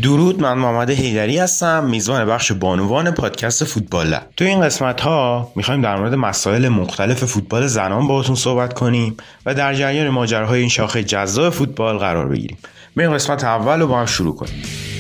درود، من محمد حیدری هستم، میزبان بخش بانوان پادکست فوتبال لب. تو این قسمت ها میخوایم در مورد مسائل مختلف فوتبال زنان باهاتون صحبت کنیم و در جریان ماجراهای این شاخه جذاب فوتبال قرار بگیریم. بریم قسمت اول رو با هم شروع کنیم.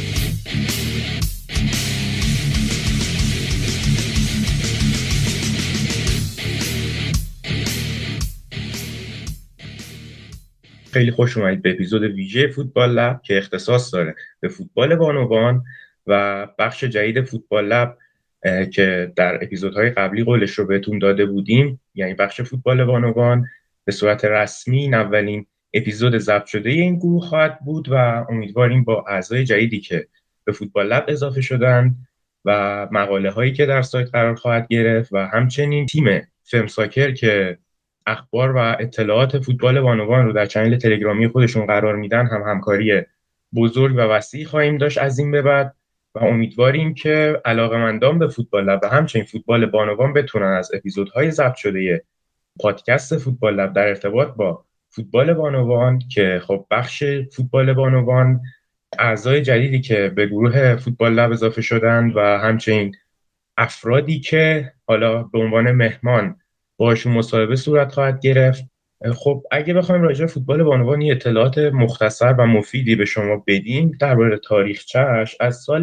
خیلی خوش اومدید به اپیزود ویژه فوتبال لب که اختصاص داره به فوتبال بانوان و بخش جدید فوتبال لب که در اپیزودهای قبلی قولش رو بهتون داده بودیم، یعنی بخش فوتبال بانوان به صورت رسمی این اولین اپیزود ضبط شده این گروه خواهد بود و امیدواریم با اعضای جدیدی که به فوتبال لب اضافه شدن و مقاله هایی که در سایت قرار خواهد گرفت و همچنین تیم فمساکر که اخبار و اطلاعات فوتبال بانوان رو در چنل تلگرامی خودشون قرار میدن هم همکاری بزرگ و وسیع خواهیم داشت از این به بعد و امیدواریم که علاقه‌مندان به فوتبال لب و همچنین فوتبال بانوان بتونن از اپیزودهای ضبط شده پادکست فوتبال لب در ارتباط با فوتبال بانوان که خب بخش فوتبال بانوان اعضای جدیدی که به گروه فوتبال لب اضافه شدن و همچنین افرادی که حالا به عنوان مهمان باشون مصاحبه صورت خواهد گرفت. خب اگه بخوایم راجع به فوتبال بانوان اطلاعات مختصر و مفیدی به شما بدیم درباره تاریخچه‌اش، از سال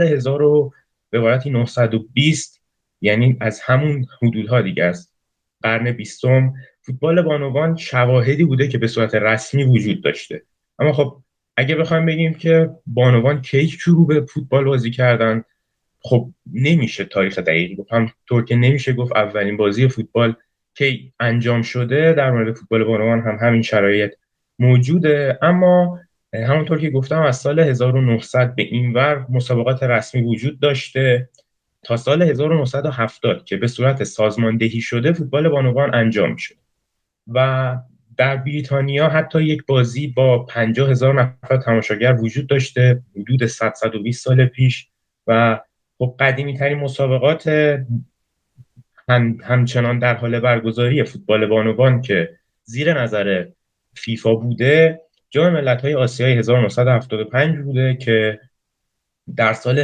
1920 یعنی از همون حدودها دیگه است قرن 20 فوتبال بانوان شواهدی بوده که به صورت رسمی وجود داشته. اما خب اگه بخوایم بگیم که بانوان کی شروع به فوتبال بازی کردن، خب نمیشه تاریخ دقیقی گفت، همونطور که نمیشه گفت اولین بازی فوتبال کی انجام شده. در مورد فوتبال بانوان هم همین شرایط موجوده، اما همونطور که گفتم از سال 1900 به اینور مسابقات رسمی وجود داشته تا سال 1970 که به صورت سازماندهی شده فوتبال بانوان انجام شد و در بریتانیا حتی یک بازی با 50,000 نفر تماشاگر وجود داشته حدود 100-120 سال پیش و خب قدیمی ترین مسابقات همچنان در حال برگزاری فوتبال بانوان که زیر نظر فیفا بوده جام ملت‌های آسیای 1975 بوده که در سال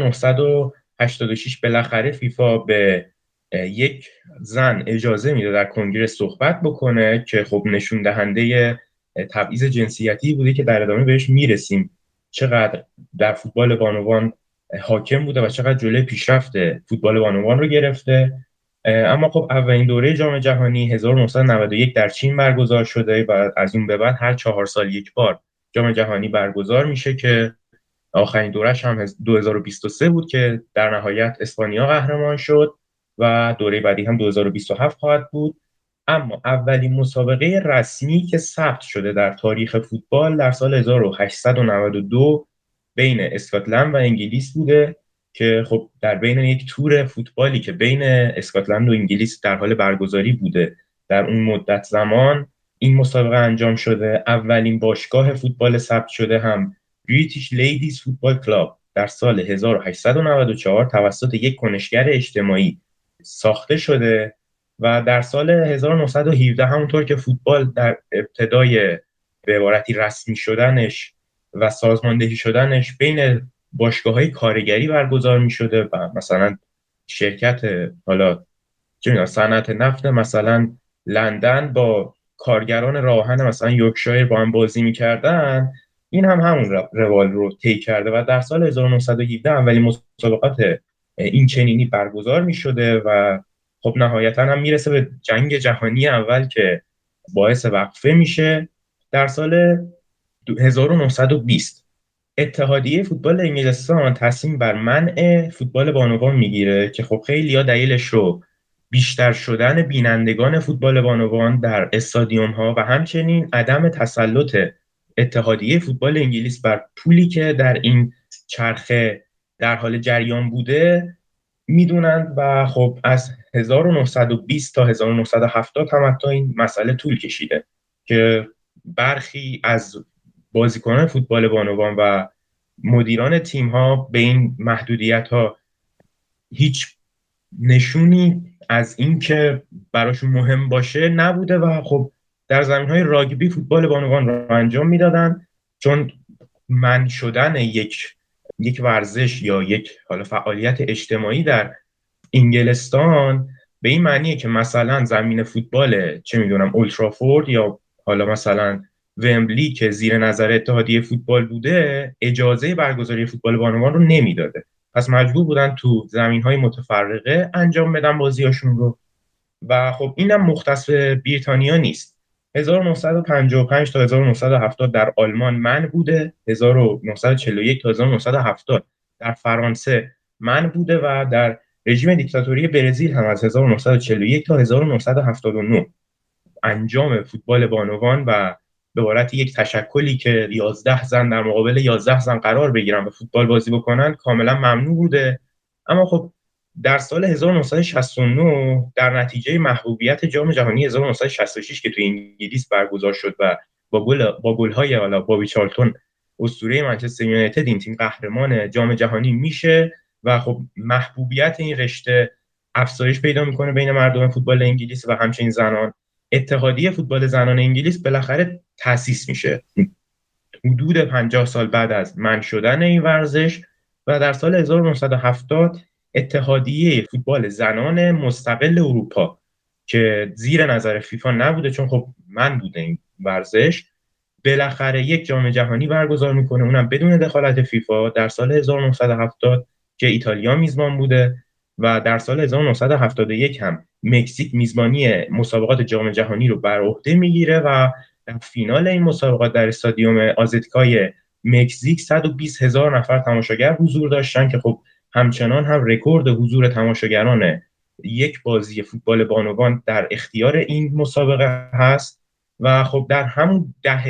1986 بالاخره فیفا به یک زن اجازه میده در کنگره صحبت بکنه که خب نشون دهنده تبعیض جنسیتی بوده که در ادامه بهش میرسیم چقدر در فوتبال بانوان حاکم بوده و چقدر جلوی پیشرفت فوتبال بانوان رو گرفته. اما خب اولین دوره جام جهانی 1991 در چین برگزار شده و از اون به بعد هر 4 سال یک بار جام جهانی برگزار میشه که آخرین دورش هم 2023 بود که در نهایت اسپانیا قهرمان شد و دوره بعدی هم 2027 خواهد بود. اما اولین مسابقه رسمی که ثبت شده در تاریخ فوتبال در سال 1892 بین اسکاتلند و انگلیس بوده که خب در بین یک تور فوتبالی که بین اسکاتلند و انگلیس در حال برگزاری بوده در اون مدت زمان این مسابقه انجام شده. اولین باشگاه فوتبال ثبت شده هم بریتیش لیدیز فوتبال کلاب در سال 1894 توسط یک کنشگر اجتماعی ساخته شده و در سال 1917 همونطور که فوتبال در ابتدای به عبارتی رسمی شدنش و سازماندهی شدنش بین باشگاه‌های کارگری برگزار می‌شده و مثلا شرکت حالا چه صنعت نفت مثلا لندن با کارگران راهن مثلا یورکشایر با هم بازی می‌کردن، این هم همون روال رو طی کرده و در سال 1917 اولین مسابقات این چنینی برگزار می‌شده و خب نهایتا هم میرسه به جنگ جهانی اول که باعث وقفه میشه. در سال 1920 اتحادیه فوتبال انگلستان تصمیم بر منع فوتبال بانوان میگیره که خب خیلی‌ها دلیلش رو بیشتر شدن بینندگان فوتبال بانوان در استادیوم ها و همچنین عدم تسلط اتحادیه فوتبال انگلیس بر پولی که در این چرخه در حال جریان بوده میدونند و خب از 1920 تا 1970 هم حتی این مسئله طول کشیده که برخی از بازیکنان فوتبال بانوان و مدیران تیم ها به این محدودیت ها هیچ نشونی از این که براشون مهم باشه نبوده و خب در زمینهای راگبی فوتبال بانوان رو انجام میدادن چون منع شدن یک یک ورزش یا یک حالا فعالیت اجتماعی در انگلستان به این معنیه که مثلا زمین فوتبال چه میدونم اولترافورد یا حالا مثلا ومبلی که زیر نظر اتحادیه فوتبال بوده اجازه برگزاری فوتبال بانوان رو نمیداده، پس مجبور بودن تو زمین‌های متفرقه انجام بدن بازیاشون رو. و خب اینم مختص بریتانیا نیست. 1955 تا 1970 در آلمان منع بوده، 1941 تا 1970 در فرانسه منع بوده و در رژیم دیکتاتوری برزیل هم از 1941 تا 1979 انجام فوتبال بانوان و به عبارت یک تشکلی که 11 زن در مقابل 11 زن قرار بگیرن و فوتبال بازی بکنن کاملا ممنوع بوده. اما خب در سال 1969 در نتیجه محبوبیت جام جهانی 1966 که توی انگلیس برگزار شد و با گل‌های حالا بابی چارلتون اسطوره منچستر یونایتد این تیم قهرمان جام جهانی میشه و خب محبوبیت این رشته افزایش پیدا میکنه بین مردم فوتبال انگلیس و همچنین زنان. اتحادیه فوتبال زنان انگلیس بالاخره تأسیس میشه حدود 50 سال بعد از منع شدن این ورزش و در سال 1970 اتحادیه فوتبال زنان مستقل اروپا که زیر نظر فیفا نبوده چون خب منع بوده این ورزش، بالاخره یک جام جهانی برگزار میکنه، اونم بدون دخالت فیفا در سال 1970 که ایتالیا میزبان بوده و در سال 1971 هم مکزیک میزبانی مسابقات جام جهانی رو بر عهده میگیره و در فینال این مسابقات در استادیوم آزتکای مکزیک 120,000 نفر تماشاگر حضور داشتن که خب همچنان هم رکورد حضور تماشاگران یک بازی فوتبال بانوان در اختیار این مسابقه هست. و خب در همون دهه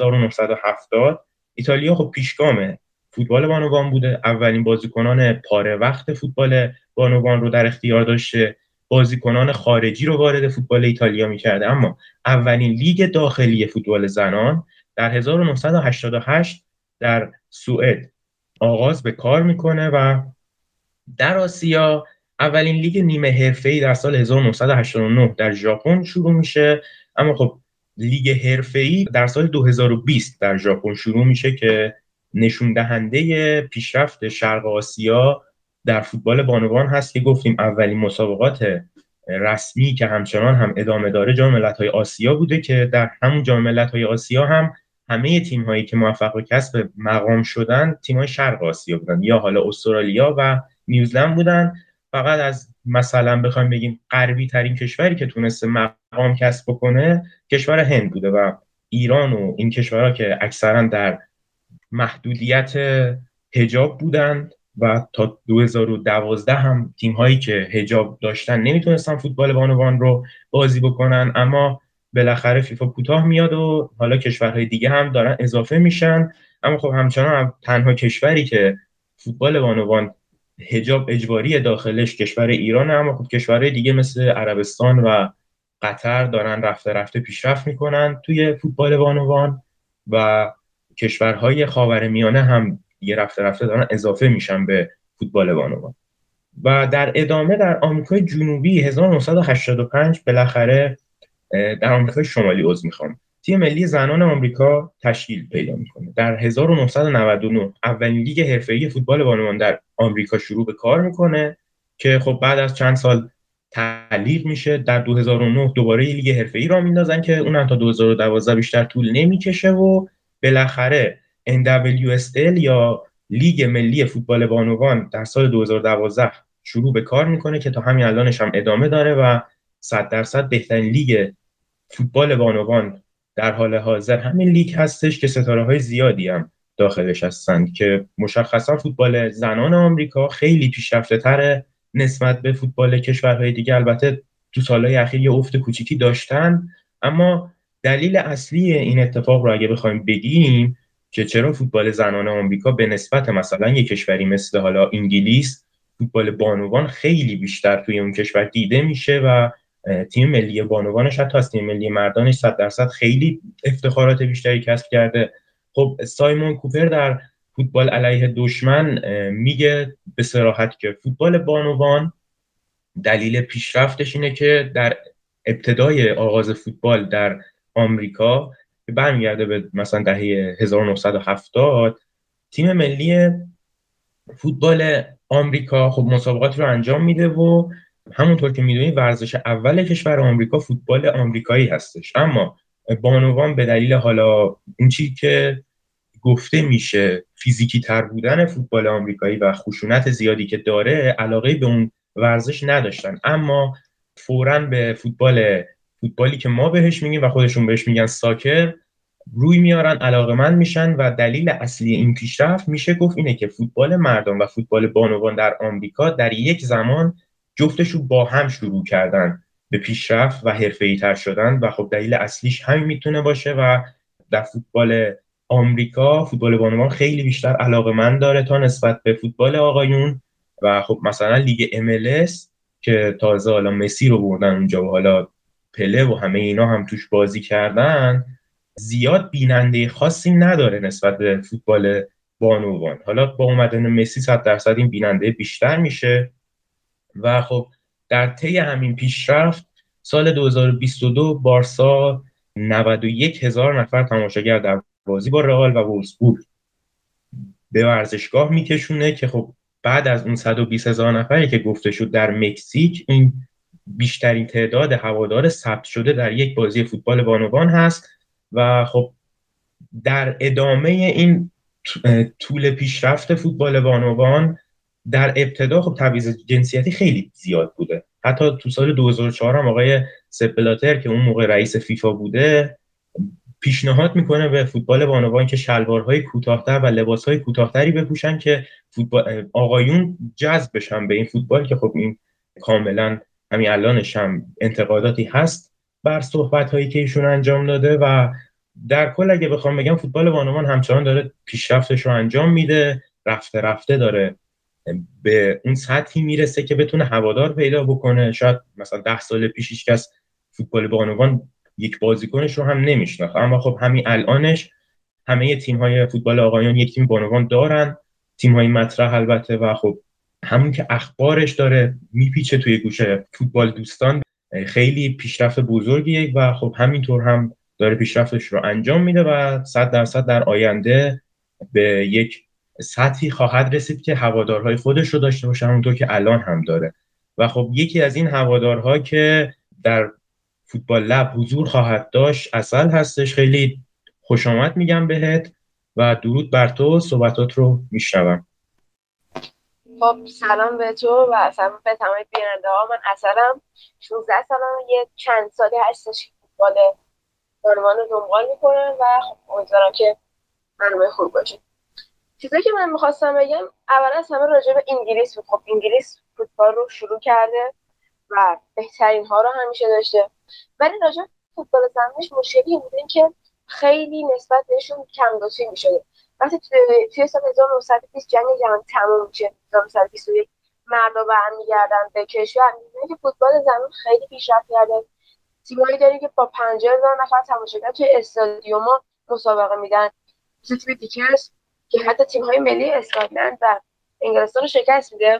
1970 ایتالیا خب پیشگام فوتبال بانوان بوده، اولین بازیکنان پاره وقت فوتبال بانوان رو در اختیار داشته، بازیکنان خارجی رو وارد فوتبال ایتالیا می‌کرده. اما اولین لیگ داخلی فوتبال زنان در 1988 در سوئد آغاز به کار میکنه و در آسیا اولین لیگ نیمه حرفه‌ای در سال 1989 در ژاپن شروع میشه. اما خب لیگ حرفه‌ای در سال 2020 در ژاپن شروع میشه که نشون دهنده پیشرفت شرق آسیا در فوتبال بانوان هست که گفتیم اولین مسابقات رسمی که همچنان هم ادامه داره جام ملت‌های آسیا بوده که در همون جام ملت‌های آسیا هم همه تیم‌هایی که موفق به کسب مقام شدن تیم‌های شرق آسیا بودن یا حالا استرالیا و نیوزلند بودن. فقط از مثلا بخوایم بگیم غربی ترین کشوری که تونسته مقام کسب بکنه کشور هند بوده و ایران و این کشورها که اکثرا در محدودیت حجاب بودند و تا 2012 هم تیم‌هایی که حجاب داشتن نمیتونستن فوتبال بانوان رو بازی بکنن. اما بالاخره فیفا کوتاه میاد و حالا کشورهای دیگه هم دارن اضافه میشن. اما خب همچنان تنها کشوری که فوتبال بانوان حجاب اجباری داخلش کشور ایران، اما خب کشورهای دیگه مثل عربستان و قطر دارن رفته رفته پیشرفت میکنن توی فوتبال بانوان و کشورهای خاورمیانه هم دیگه رفته رفته دارن اضافه میشن به فوتبال بانوان. و در ادامه در آمریکای جنوبی 1985 بالاخره در آمریکای شمالی تیم ملی زنان آمریکا تشکیل پیدا میکنه. در 1999 اولین لیگ حرفه‌ای فوتبال بانوان در آمریکا شروع به کار میکنه که خب بعد از چند سال تعلیق میشه. در 2009 دوباره لیگ حرفه‌ای را میندازن که اونم تا 2012 بیشتر طول نمیکشه و بالاخره NWSL یا لیگ ملی فوتبال بانوان در سال 2012 شروع به کار میکنه که تا همین الانش هم ادامه داره و 100% بهترین لیگ فوتبال بانوان در حال حاضر همین لیگ هستش که ستاره‌های زیادی هم داخلش هستند که مشخصا فوتبال زنان آمریکا خیلی پیشرفته‌تره نسبت به فوتبال کشورهای دیگه. البته تو سالهای اخیر یه افت کوچیکی داشتن، اما دلیل اصلی این اتفاق رو اگه بخوایم بگیم که چرا فوتبال زنان آمریکا به نسبت مثلا یک کشوری مثل حالا انگلیس فوتبال بانوان خیلی بیشتر توی اون کشور دیده میشه و تیم ملی بانوانش حتی از تیم ملی مردانش 100% خیلی افتخارات بیشتری کسب کرده. خب سایمون کوپر در فوتبال علیه دشمن میگه به صراحت که فوتبال بانوان دلیل پیشرفتش اینه که در ابتدای آغاز فوتبال در آمریکا که برمیگرده به مثلا دهه 1970 تیم ملی فوتبال آمریکا خب مسابقات رو انجام میده و همونطور که میدونی ورزش اول کشور آمریکا فوتبال آمریکایی هستش. اما بانوان به دلیل حالا اون چیزی که گفته میشه فیزیکی تر بودن فوتبال آمریکایی و خشونت زیادی که داره علاقه به اون ورزش نداشتن، اما فوراً به فوتبالی که ما بهش میگیم و خودشون بهش میگن ساکر روی میارن، علاقه‌مند میشن و دلیل اصلی این پیشرفت میشه گفت اینه که فوتبال مردان و فوتبال بانوان در آمریکا در یک زمان جفتشون با هم شروع کردن به پیشرفت و حرفه‌ای تر شدن و خب دلیل اصلیش همین میتونه باشه و در فوتبال آمریکا فوتبال بانوان خیلی بیشتر علاقه‌مند داره تا نسبت به فوتبال آقایون. و خب مثلا لیگ MLS که تازه حالا مسی رو بردن اونجا و حالا پله و همه اینا هم توش بازی کردن، زیاد بیننده خاصی نداره نسبت به فوتبال بانوان. حالا با اومدن مسی 100% این بیننده بیشتر میشه و خب در طی همین پیشرفت سال 2022 بارسا 91,000 نفر تماشاگر در بازی با رئال و وولفسبورگ به ورزشگاه میکشونه که خب بعد از اون 120,000 نفری که گفته شد در مکزیک، این بیشترین تعداد هوادار ثبت شده در یک بازی فوتبال بانوان هست. و خب در ادامه این طول پیشرفت فوتبال بانوان در ابتدا خب تبعیض جنسیتی خیلی زیاد بوده. حتی تو سال 2004 هم آقای سپلاتر که اون موقع رئیس فیفا بوده پیشنهاد میکنه به فوتبال بانوان که شلوارهای کوتاه‌تر و لباسهای کوتاه‌تری بپوشن که فوتبال آقایون جذب بشن به این فوتبال، که خب این کاملا همین الانش هم انتقاداتی هست بر صحبت‌هایی که ایشون انجام داده. و در کل اگه بخوام بگم فوتبال بانوان همچنان داره پیشرفتش رو انجام میده، رفته رفته داره به اون سطحی میرسه که بتونه هوادار پیدا بکنه. شاید مثلا 10 سال پیش هیچ کس فوتبال بانوان یک بازیکنش رو هم نمیشناخت، اما خب همین الانش همه تیم‌های فوتبال آقایان یک تیم بانوان دارن، تیم‌های مطرح البته. و خب همون که اخبارش داره میپیچه توی گوشه فوتبال دوستان، خیلی پیشرفت بزرگیه و خب همینطور هم داره پیشرفتش رو انجام میده و 100% در آینده به یک سطحی خواهد رسید که هوادارهای خودش رو داشته باشه، همونطور که الان هم داره. و خب یکی از این هوادارها که در فوتبال لب حضور خواهد داشت عسل هستش. خیلی خوش آمد میگم بهت و درود بر تو، صحبتات رو میشنوم. خب سلام به تو و سلام به تمام بیننده ها. من عسلم، 16 سالم، یه چند سالی هستش که فوتبال بانوان رو دنبال میکنم و خب امیدوارم که برنامه خوب باشه. چیزایی که من میخواستم بگم اول از همه راجع به انگلیس بود. خب انگلیس فوتبال رو شروع کرده و بهترین ها رو همیشه داشته، ولی راجع به فوتبال زنش مشکلی بوده این که خیلی نسبت بهشون کم داشته میشده. وقتی توی سال 1920 جنگ جهانی تموم میشه، 1921 مردا برمیگردن به کشور، میبینن که فوتبال زنان خیلی پیشرفت کرده. تیمایی داری که با 50,000 نفر تماشاگر توی استادیوم‌ها مسابقه میدن، مثل تیم دیکرز که حتی تیم‌های ملی اسکاتلند و انگلستان رو شکست میده.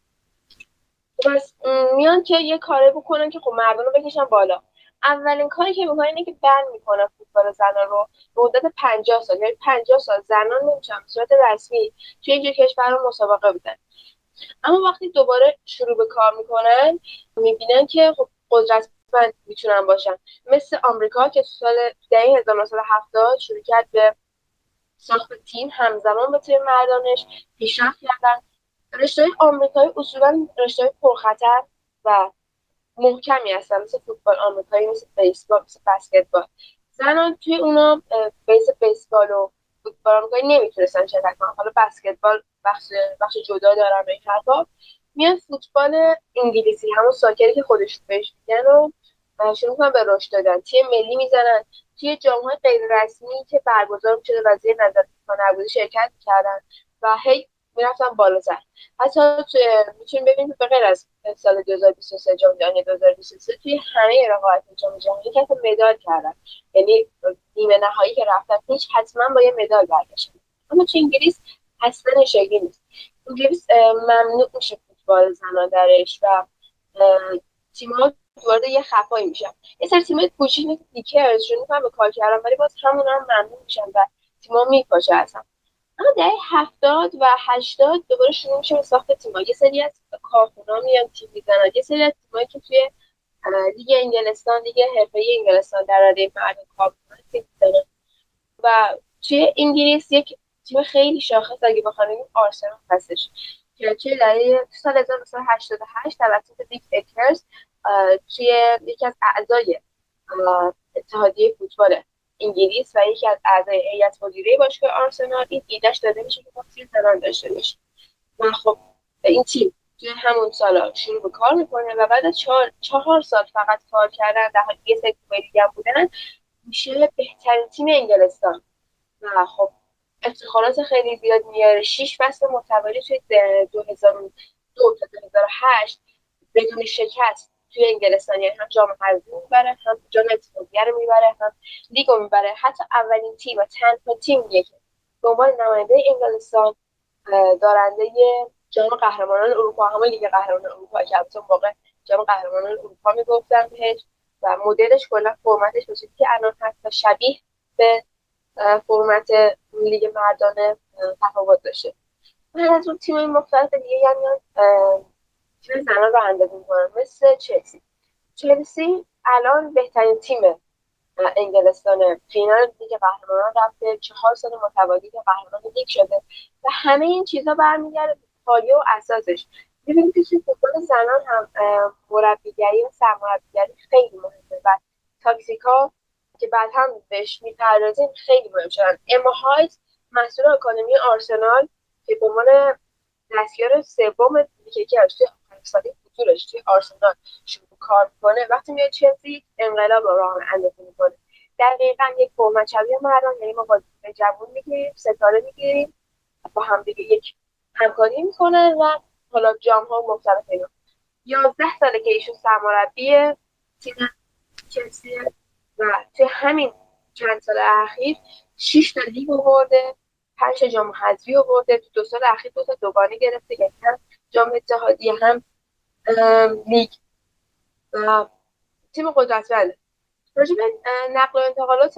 بس میان که یه کاری بکنن که خب مردم رو بکشن بالا. اولین کاری که میکنن اینه که بن میکنن فوتبال زنان رو به مدت 50 سال، یعنی 50 سال زنان نمیتونن به صورت رسمی توی اینجور کشور مسابقه بدن. اما وقتی دوباره شروع به کار میکنن میبینن که خب قدرتمند میتونن باشن، مثل آمریکا که تو دهه 1970 شروع کرد به ساخت تیم همزمان با تیم مردانش پیشرفت کردن. رشته‌های آمریکایی اصولا رشته‌های پرخطر و محکمی هستن، مثل فوتبال آمریکایی، مثل بیسبال، مثل بسکتبال. زنان توی اونا بیسبال و فوتبال آمریکایی نمیتونستن شرکت کنن. حالا بسکتبال بخش جدا دارن به این حرفا. میان فوتبال انگلیسی، همون ساکری که خودشون بهش میگن، رو شروع کنن به رشد دادن. تیم ملی میزنن، توی جام‌های غیر رسمی که برگزار می‌شده و زیر نظر نظارت شرکت می‌کردن و هی میرفتن بالاتر. حتی میتونیم ببینیم به غیر از سال 2023 جام جهانی 2023 توی همه رقابت جام جهانی که مدال کردن، یعنی نیمه نهایی که رفتن هیچ حتما با یه مدال برگشتن. اما تو انگلیس اصلا شکلی نیست. انگلیس ممنوع میشه فوتبال زنان درش و تیم‌ها وارد یه خفایی میشن. یه سری تیم‌های کوچیک مثل دیکرز شروع می‌کنن به کار کردن، ولی باز همون هم ممنوع میشن و تیم‌ها میپاشه اصلا. اما دهه 70 و 80 دوباره شروع میشه به ساخت تیم‌ها. یه سری از کارکنان میان تیم میزنن، یه سری از تیمایی که توی لیگ انگلستان، لیگ حرفه‌ای انگلستان در رده مردم کار می‌کنن تیم میزنن. و توی انگلیس یک تیم خیلی شاخص اگه بخوام بگیم آرسنال هستش که توی سال 1988 توسط دیک اکرز توی یکی از اعضای اتحادیه فوتبال انگلیس و یکی از اعضای هیئت مدیره باشگاه آرسنال این ایدهش داده میشه که تیم زنان داشته باشه. و خب این تیم توی همون سالا شروع به کار میکنه و بعد از 4 سال فقط کار کردن در حالی یه سری دیگه هم بودن میشه بهترین تیم انگلستان و خب افتخارات خیلی زیاد میاره. 6 فصل متوالی توی 2002 تا 2008 بدون شکست توی انگلستان، یعنی هم جام حذفی میبره، هم جام اتحادیه رو میبره، هم لیگ رو میبره. حتی اولین تیم و تنها تیمیه که به عنوان نماینده انگلستان دارنده جام قهرمانان اروپا، همون لیگ قهرمانان اروپا که البته موقع جام قهرمانان اروپا میگفتن بهش و مدلش کلا فرمتش به چیزی که الان هست و شبیه به فرمت لیگ مردانه تفاوت داشته. و از اون تیم‌های مختلف دیگه یعنی تیم زنان رو اندازه می‌کنن مثل چلسی الان بهترین تیم انگلستان، فینال لیگ قهرمانان رفته، 4 سال متوالی که قهرمان لیگ شده و همه این چیزها برمیگرده به پایه و اساسش. ببینید که فوتبال زنان هم مربیگری و سرمربیگری خیلی مهمه و تاکتیکا که بعد هم بهش میپردازیم خیلی مهم شدن. اما هایت مسئول آکادمی آرسنال که به عنوان دستیار سوم که از توی آخرین سالی حضورش توی آرسنال شروع کار کنه، وقتی میاد چلسی انقلاب رو راه اندازی میکنه. دقیقاً یک فرمت شبیه مردان، یعنی ما بازیکن جوون میگیریم، ستاره میگیریم، با هم دیگه یک همکاری میکنن و حالا جام ها مختلف اینا. 11 ساله که ایشون سرمربی تیم چلسی و توی همین چند سال اخیر 6 تا لیگ آورده، 5 جام حذفی آورده، تو 2 سال اخیر 2 تا دوگانه گرفته، یعنی هم جام اتحادیه هم لیگ و تیم قدرتمنده. راجع به نقل و انتقالات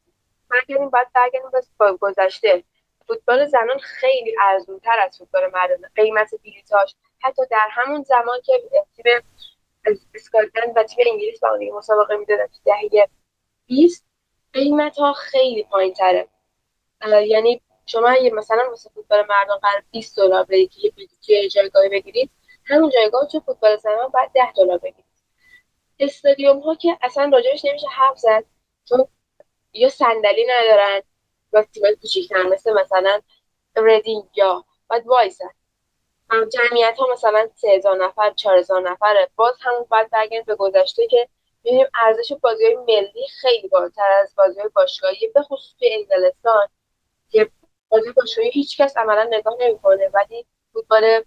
برگردیم به گذشته. فوتبال زنان خیلی ارزان‌تر از فوتبال مردانه. قیمت بلیطاش حتی در همون زمان که تیم اسکاتلند و تیم انگلیس با هم مسابقه می‌دادن تو دهه 20 قیمت ها خیلی پایین تره. یعنی شما اگه مثلا واسه فوتبال مردان قرار $20 بدید که یه جایگاهی بگیرید، همون جایگاه تو فوتبال زنان باید $10 بگیرید. استادیوم ها که اصلا راجعش نمیشه حرف زد، چون یا صندلی ندارن و تیمای کوچیک‌تر مثلا ردینگ یا باید وایسن. جمعیت ها مثلا 3000 نفر 4000 نفره. باز همون باید برگردیم به گذشته که ببینیم ارزش بازی‌های ملی خیلی بالاتر از بازی‌های باشگاهی، به خصوص توی انگلستان که بازی باشگاهی هیچ کس عملا نگاه نمی‌کنه، ولی فوتبال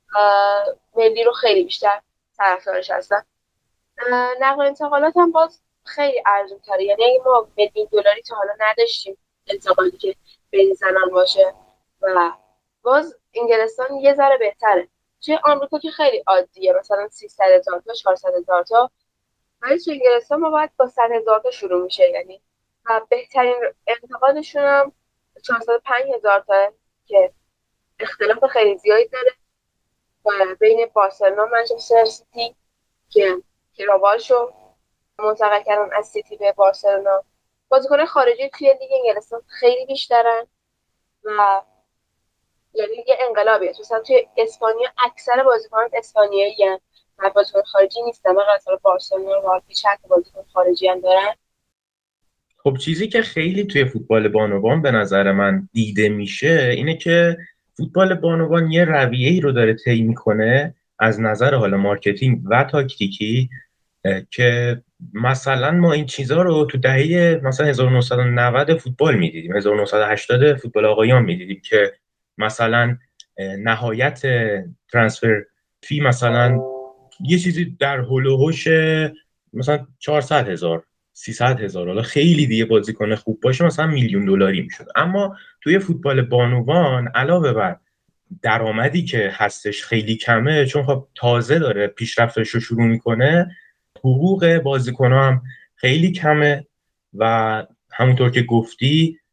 ملی رو خیلی بیشتر طرفدارش هستن. نقل و انتقالات هم باز خیلی ارزان‌تره، یعنی اگه ما $1,000,000 تا حالا نداشتیم انتقالی که بین زنان باشه و باز انگلستان یه ذره بهتره. توی آمریکا که خیلی عادیه، مثلا 300,000 تا 400,000 تا، ولی توی انگلستان ما باید با 100,000 تا شروع میشه، یعنی و بهترین انتقالشون هم 405,000 تا که اختلاف خیلی زیادی داره و بین بارسلونا و منچستر سیتی که کراوالشو منتقل کردن از سیتی به بارسلونا. بازیکن خارجی توی لیگ انگلستان خیلی بیشترن و یعنی یه انقلابیه. مثلا توی اسپانیا اکثر بازیکنان اسپانیایی هستن و بازیکن خارجی نیستن. مثلا بارسلونا و چند بازیکن خارجی هم دارن. خب چیزی که خیلی توی فوتبال بانوان به نظر من دیده میشه اینه که فوتبال بانوان یه رویه‌ای رو داره طی میکنه از نظر حالا مارکتینگ و تاکتیکی که مثلا ما این چیزها رو تو دهه مثلا 1990 فوتبال میدیدیم، 1980 فوتبال آقایان میدیدیم که مثلا نهایت ترانسفر فی مثلا یه چیزی در هول و هوش مثلا 400,000 300,000، حالا خیلی دیگه بازیکن خوب باشه مثلا $1,000,000 میشد. اما توی فوتبال بانوان علاوه بر درآمدی که هستش خیلی کمه، چون خب تازه داره پیشرفتش رو شروع میکنه، حقوق بازیکن‌ها هم خیلی کمه و همونطور که گفتی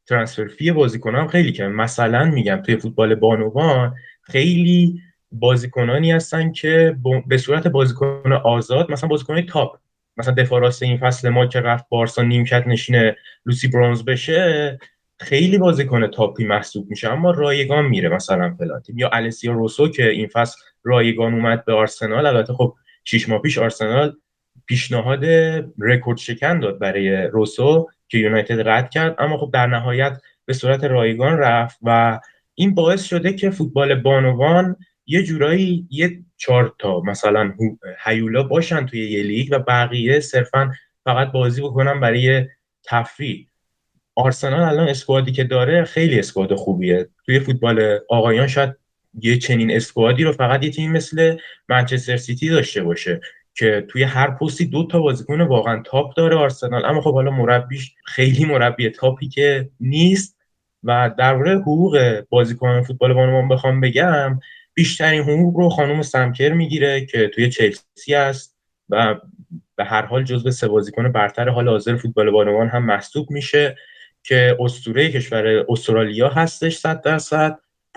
ترانسفر فی بازیکنان خیلی کم. مثلا میگم توی فوتبال بانوان خیلی بازیکنانی هستن که به صورت بازیکن آزاد، مثلا بازیکنای تاپ، مثلا دفاع راست این فصل ما که رفت بارسا نیمکت نشین لوسی برونز بشه، خیلی بازیکن تاپی محسوب میشه اما رایگان میره مثلا فلان تیم. یا السیا روسو که این فصل رایگان اومد به آرسنال، البته خب 6 ماه پیش آرسنال پیشنهاد رکورد شکن داد برای روسو که یونایتد رد کرد، اما خب در نهایت به صورت رایگان رفت و این باعث شده که فوتبال بانوان یه جورایی یه 4 تا مثلا هیولا باشن توی یه لیگ و بقیه صرفا فقط بازی بکنن برای تفریح. آرسنال الان اسکوادی که داره خیلی اسکواد خوبیه. توی فوتبال آقایان شاید یه چنین اسکوادی رو فقط یه تیم مثل منچستر سیتی داشته باشه که توی هر پستی 2 تا بازیکن واقعا تاپ داره آرسنال، اما خب حالا مربیش خیلی مربی تاپی که نیست. و در مورد حقوق بازیکن فوتبال بانوان بخوام بگم، بیشترین حقوق رو خانم سمکر میگیره که توی چلسی است و به هر حال جزو 3 بازیکن برتر حال حاضر فوتبال بانوان هم محسوب میشه که اسطوره کشور استرالیا هستش. 100%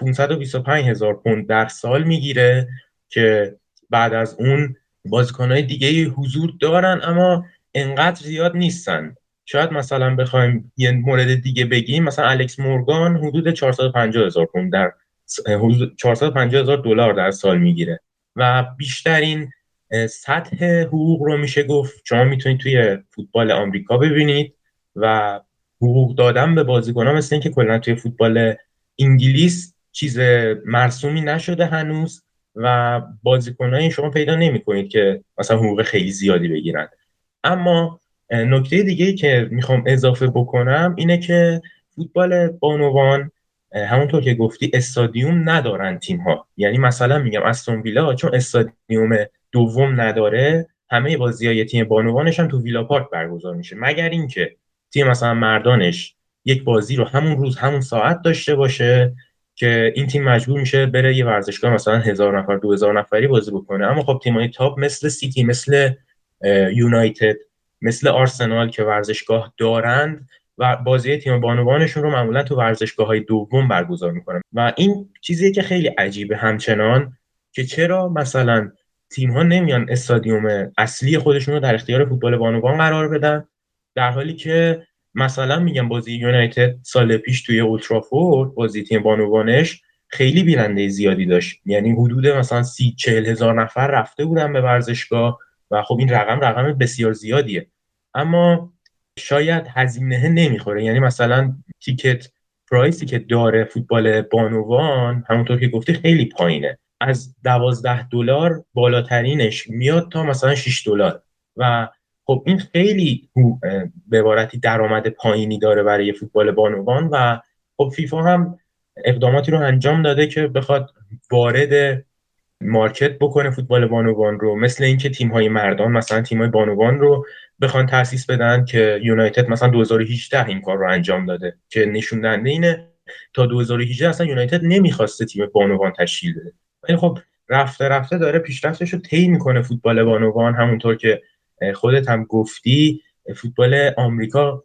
525,000 پوند در سال میگیره که بعد از اون بازیکنهای دیگه حضور دارن اما انقدر زیاد نیستن. شاید مثلا بخوایم یه مورد دیگه بگیم، مثلا الکس مورگان حدود 450,000 پوند در حدود 450,000 دلار در سال میگیره و بیشترین سطح حقوق رو میشه گفت شما میتونید توی فوتبال آمریکا ببینید و حقوق دادن به بازیکن‌ها مثل اینکه کلا توی فوتبال انگلیس چیز مرسومی نشده هنوز و بازیکنایی شما پیدا نمی‌کنید که مثلا حقوق خیلی زیادی بگیرن. اما نکته دیگه‌ای که میخوام اضافه بکنم اینه که فوتبال بانوان همونطور که گفتی استادیوم ندارن تیم‌ها. یعنی مثلا میگم استون ویلا چون استادیوم دوم نداره، همه بازی‌های تیم بانوانش هم تو ویلا پارک برگزار میشه، مگر اینکه تیم مثلا مردانش یک بازی رو همون روز همون ساعت داشته باشه که این تیم مجبور میشه بره یه ورزشگاه مثلا 1000 نفر 2000 نفری بازی بکنه. اما خب تیم‌های تاپ مثل سیتی، مثل یونایتد، مثل آرسنال که ورزشگاه دارند و بازی تیم بانوانشون رو معمولا تو ورزشگاه‌های دوم برگزار میکنن و این چیزیه که خیلی عجیبه همچنان که چرا مثلا تیم‌ها نمیان استادیوم اصلی خودشون رو در اختیار فوتبال بانوان قرار بدن، در حالی که مثلا میگم بازی یونایتد سال پیش توی اولترافورد بازی تیم بانوانش خیلی بیننده زیادی داشت، یعنی حدود مثلا 30-40 هزار نفر رفته بودن به ورزشگاه و خب این رقم بسیار زیادیه. اما شاید هزینه نمیخوره، یعنی مثلا تیکت پرایسی که داره فوتبال بانوان همونطور که گفتی خیلی پایینه، از $12 بالاترینش میاد تا مثلا $6 و خب این خیلی به عبارتی درآمد پایینی داره برای فوتبال بانوان و خب فیفا هم اقداماتی رو انجام داده که بخواد وارد مارکت بکنه فوتبال بانوان رو، مثل اینکه تیم‌های مردان مثلا تیم‌های بانوان رو بخوان تأسیس بدن که یونایتد مثلا 2018 این کار رو انجام داده که نشون دهنده اینه تا 2018 اصلا یونایتد نمیخواسته تیم بانوان تشکیل بده، ولی خب رفته رفته داره پیشرفتش رو طی میکنه فوتبال بانوان. همونطور که خودت هم گفتی فوتبال آمریکا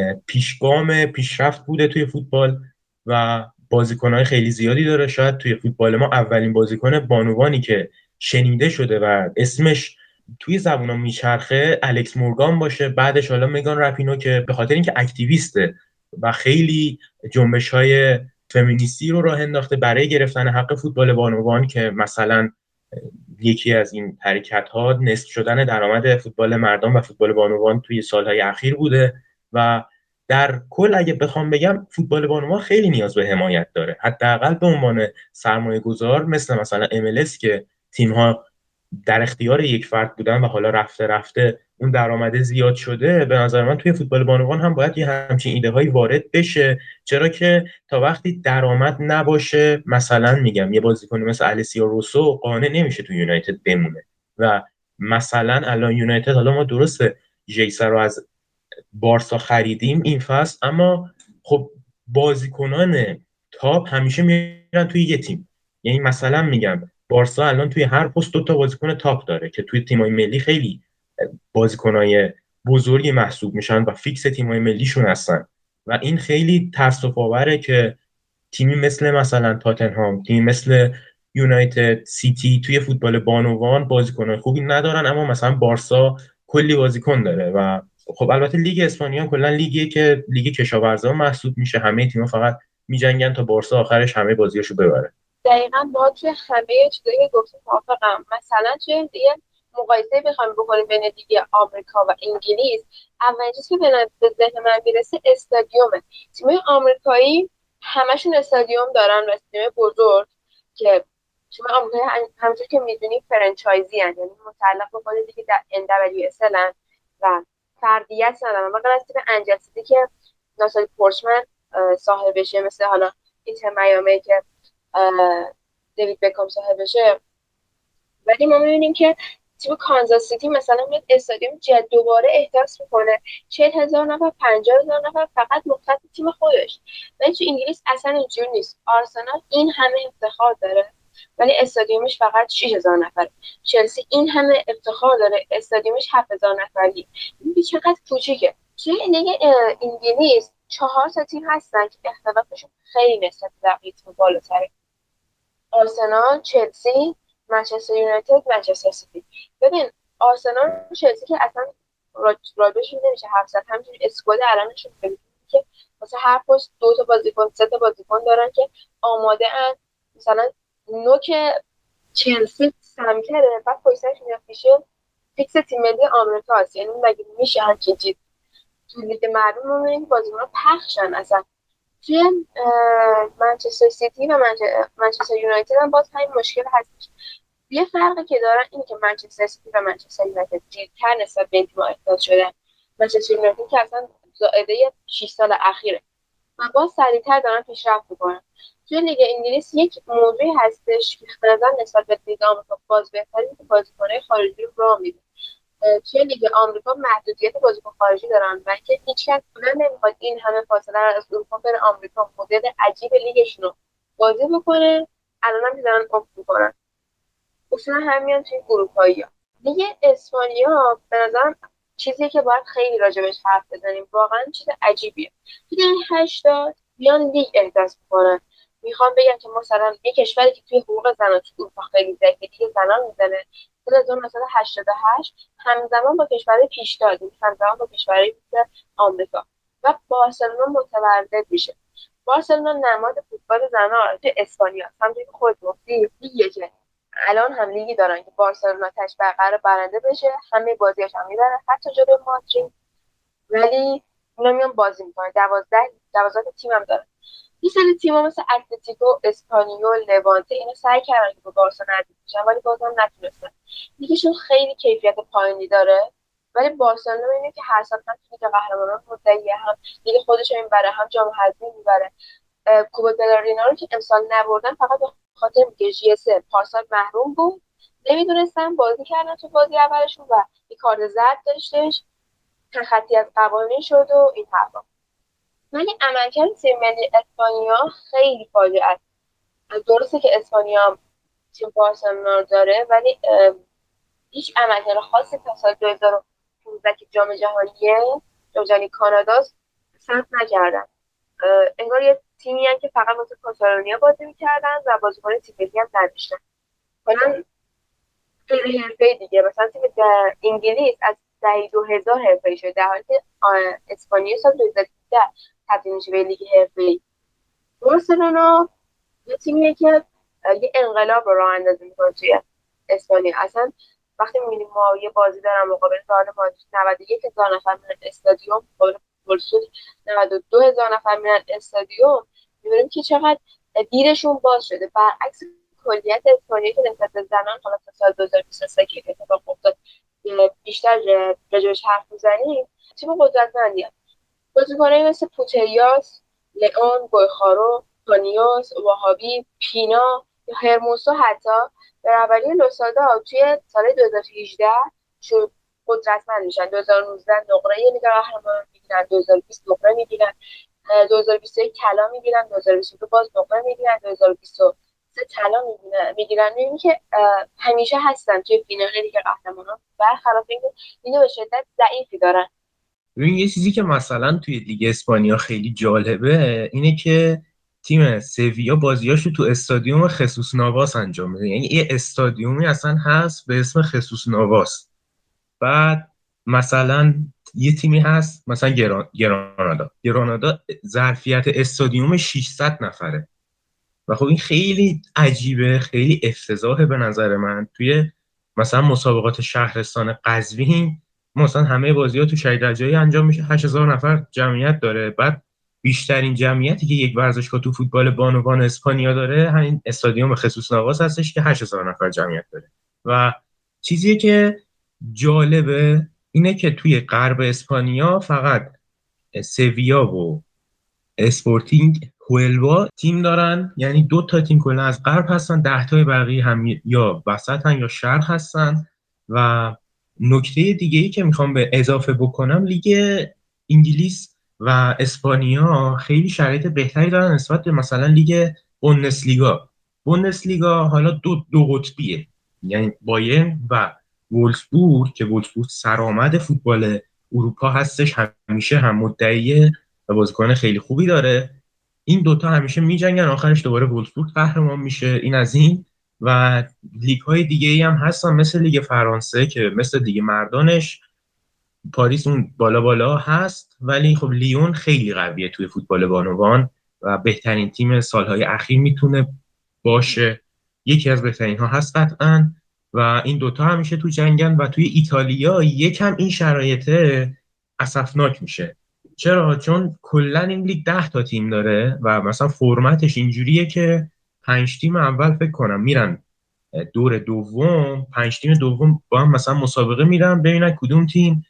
پیشگام پیشرفت بوده توی فوتبال و بازیکن‌های خیلی زیادی داره. شاید توی فوتبال ما اولین بازیکن بانوانی که شنیده شده و اسمش توی زبونا میچرخه الکس مورگان باشه، بعدش حالا میگان رپینو که به خاطر اینکه اکتیویسته و خیلی جنبش‌های فمینیستی رو راه انداخته برای گرفتن حق فوتبال بانوان که مثلا یکی از این حرکت‌ها نصف شدن درآمد فوتبال مردان و فوتبال بانوان توی سالهای اخیر بوده و در کل اگه بخوام بگم فوتبال بانوان خیلی نیاز به حمایت داره، حداقل به عنوان سرمایه گذار مثلا MLS که تیم‌ها در اختیار یک فرد بودن و حالا رفته رفته اون درآمد زیاد شده، به نظر من توی فوتبال بانوان هم باید یه همچین ایده هایی وارد بشه، چرا که تا وقتی درآمد نباشه مثلا میگم یه بازیکن مثل السیا روسو قانع نمیشه تو یونایتد بمونه و مثلا الان یونایتد، حالا ما درسته ژیسا رو از بارسا خریدیم این فصل، اما خب بازیکنان تاپ همیشه میرن توی یه تیم، یعنی مثلا میگم بارسا الان توی هر پست 2 تا بازیکن تاپ داره که توی تیم‌های ملی خیلی بازیکنای بزرگی محسوب میشن و فیکس تیم‌های ملیشون هستن و این خیلی تأسف‌آوره که تیمی مثل مثلا تاتنهام، تیمی مثل یونایتد، سیتی توی فوتبال بانوان بازیکنان خوبی ندارن، اما مثلا بارسا کلی بازیکن داره. و خب البته لیگ اسپانیا کلا لیگیه که لیگ کشاورزا محسوب میشه، همه تیم‌ها فقط میجنگن تا بارسا آخرش همه بازیاشو ببره. دقیقا با توی همه چیزایی که گفتیم موافقم. مثلا توی یه مقایسه بخوایم بکنیم بین لیگ آمریکا و انگلیس، اولین چیزی که به ذهن من میرسه استادیومه. تیم‌های آمریکایی همشون استادیوم دارن و استادیوم بزرگ که تیم آمریکایی همونطور که میدونی فرانچایزی هن، یعنی متعلق به خود لیگ در NWSL هن و فردیت ندارن. و غیر از تیم انجل سیتی که ناتالی پورتمن صاحبشه، مثل حالا اینتر میامی که دیوید بکام صاحبشه. ولی ما میبینیم که تیم کانزاس سیتی مثلا میاد استادیوم جد دوباره احداث میکنه، 40,000 نفر 50,000 نفر فقط مختص تیم خودش. ولی تو انگلیس اصلا اینجور نیست. آرسنال این همه افتخار داره ولی استادیومش فقط 6,000 نفر. چلسی این همه افتخار داره استادیومش 7,000 نفری. این چقدر کوچیکه. توی لیگ انگلیس 4 تا تیم هستن که اختلافشون خیلی نسبت به بقیه تیم بالاتره: آرسنال، چلسی، منچستر یونایتد، منچستر سیتی. ببین آرسنال و چلسی که اصلا راجبشون نمیشه حرف زد. همینجوری اسکواد الانشون میگه که واسه هر پست 2 تا بازیکن 3 تا بازیکن دارن که آماده ان. مثلا نوک چلسی سمکره، بعد پشتش میاد پیشه فیکس تیم ملی آمریکاست. یعنی مگه میشه همچین چیز تو لیگ مردم؟ ما می‌بینیم بازیکن‌ها پخشن. اصلا توی منچستر سیتی و منچستر یونایتد هم باز همین مشکل هستش. یه فرقی که دارن اینه که منچستر سیتی و منچستر یونایتد دیرتر نسبت به این تیم‌ها احداث شدن. منچستر یونایتد که اصلا زائده 6 سال اخیره و باز سریعتر دارن پیشرفت میکنن. توی لیگ انگلیس یک موضوعی هستش که به نظر نسبت به لیگ آمریکا باز بهتره که بازیکن‌های خارجی رو راه میده. توی لیگ آمریکا محدودیت بازیکن خارجی دارن و اینکه هیچکس کلا نمیخواد این همه فاصله رو از اروپا بره آمریکا مدل عجیب لیگشون رو بازی بکنه. الان هم دارن افت میکنن. اصولا همین توی اروپایی ها. لیگ اسپانیا به نظرم چیزی که باید خیلی راجبش حرف بزنیم، واقعا چیز عجیبیه. توی این 80 بیان لیگ احداث میکنن. میخوام بگم که مثلا یه کشوری که توی حقوق زنان تو اروپا خیلی ضعیفه، دیگه زنان میزنه، سال 1988 همزمان با کشورهای پیشتاز، همزمان با کشورهای مثل آمریکا و بارسلونا متولد میشه. بارسلونا نماد فوتبال زنان تو اسپانیا است. همونطور که خودت گفتی لیگه که الان هم لیگی دارن که بارسلونا تاش قرار برنده بشه، همه بازیاش هم میبرن حتی جلوی مادرید. ولی اینا میان بازی میکنن. 12 تا تیم هم دارن. یه سری تیم‌ها مثل اتلتیکو، اسپانیول، لوانته اینا سعی کردن که با بارسا نزدیک بشن ولی بازم نتونستن. لیگشون خیلی کیفیت پایینی داره ولی بارسلونا می‌بینه که هر سال هم لیگ قهرمانان مدعیه، هم لیگ خودش رو میبره، هم جام حذفی میبره. کوپا دلارینا رو که امسال نبردن فقط به خاطر که ژی پارسال محروم بود، نمیدونستن بازی کردن تو بازی اولشون و یه کارت زرد داشتش، تخطی از قوانین شد و این حرفا. ولی عملکرد تیم ملی اسپانیا خیلی فاجعه است. درسته که اسپانیا هم تیم بارسلونا رو داره ولی هیچ عملکرد خاصی تا سال 2015 که جام جهانی کاناداست ثبت نکردن. انگار یه تیمی هن که فقط واسه کاتالونیا بازی میکردن و بازیکن تیم ملی هم نداشتن. کلا خیلی حرفه‌ای دیگه. مثلا تیم در انگلیس از دهه 2000 حرفه‌ای شده، در حالی که اسپانیا سال 2013 تبدیل میشه به لیگ حرفه‌ای. بارسلونا یه تیمیه که یه انقلاب رو راه اندازی میکنه توی اسپانیا. اصلا وقتی میبینیم ما یه بازی دارن مقابل رئال مادرید 91,000 نفر میرن استادیوم، مقابل بورسود 92,000 نفر میرن استادیوم، میبینیم که چقدر دیرشون باز شده. برعکس کلیت اسپانیا که نسبت به زنان حالا تا سال 2023 که اتفاق افتاد بیشتر راجعش حرف میزنیم، تیم قدرتمندیه. بازیکنایی مثل پوتریاس، لئون، گویخارو، تونیوس، وهابی، پینا یا هرموسو حتی به رهبری لوسادا توی سال 2018 شروع قدرتمند میشن. 2019 نقره لیگ قهرمانان میگیرن، 2020 نقره میگیرن، 2021 طلا میگیرن، 2022 باز نقره میگیرن، 2023 طلا میگیرن. میبینی که همیشه هستن توی فینال لیگ قهرمانان برخلاف اینکه اینو به شدت ضعیفی دارن. ببین یه چیزی که مثلا توی لیگ اسپانیا خیلی جالبه اینه که تیم سویا بازیاشو تو استادیوم خصوص نواس انجام میده. یعنی یه استادیومی اصلا هست به اسم خصوص نواس. بعد مثلا یه تیمی هست مثلا گرانادا ظرفیت استادیوم 600 نفره و خب این خیلی عجیبه، خیلی افتضاحه به نظر من. توی مثلا مسابقات شهرستان قزوین مثلا همه بازی‌ها تو شهید رجایی انجام میشه، 8000 نفر جمعیت داره. بعد بیشترین جمعیتی که یک ورزشگاه تو فوتبال بانوان اسپانیا داره همین استادیوم خصوص نواس هستش که 8000 نفر جمعیت داره. و چیزی که جالبه اینه که توی غرب اسپانیا فقط سویا و اسپورتینگ هوئلوا تیم دارن، یعنی 2 تا تیم کلا از غرب هستن، 10 تا بقیه هم یا وسطن یا شرق هستن. و نکته دیگه ای که میخوام به اضافه بکنم، لیگ انگلیس و اسپانیا خیلی شرایط بهتری دارن نسبت به مثلا لیگ بوندسلیگا حالا دو قطبیه، یعنی بایرن و وولفسبورگ که وولفسبورگ سرآمد فوتبال اروپا هستش، همیشه هم مدعیه و بازیکن خیلی خوبی داره. این دوتا همیشه میجنگن، آخرش دوباره وولفسبورگ قهرمان میشه. این از این. و لیگ های دیگه ای هم هستن مثل لیگ فرانسه که مثل لیگ مردانش پاریس اون بالا هست، ولی خب لیون خیلی قویه توی فوتبال بانوان و بهترین تیم سالهای اخیر میتونه باشه، یکی از بهترین ها هست قطعا. و این دوتا همیشه تو جنگن و توی ایتالیا یکم این شرایطه اسفناک میشه. چرا؟ چون کلا این لیگ 10 تا تیم داره و مثلا فرمتش اینجوریه که 5 تیم اول فکر کنم میرن دور دوم، 5 تیم دوم با هم مثلا مسابقه میرن ببینن کدوم تیم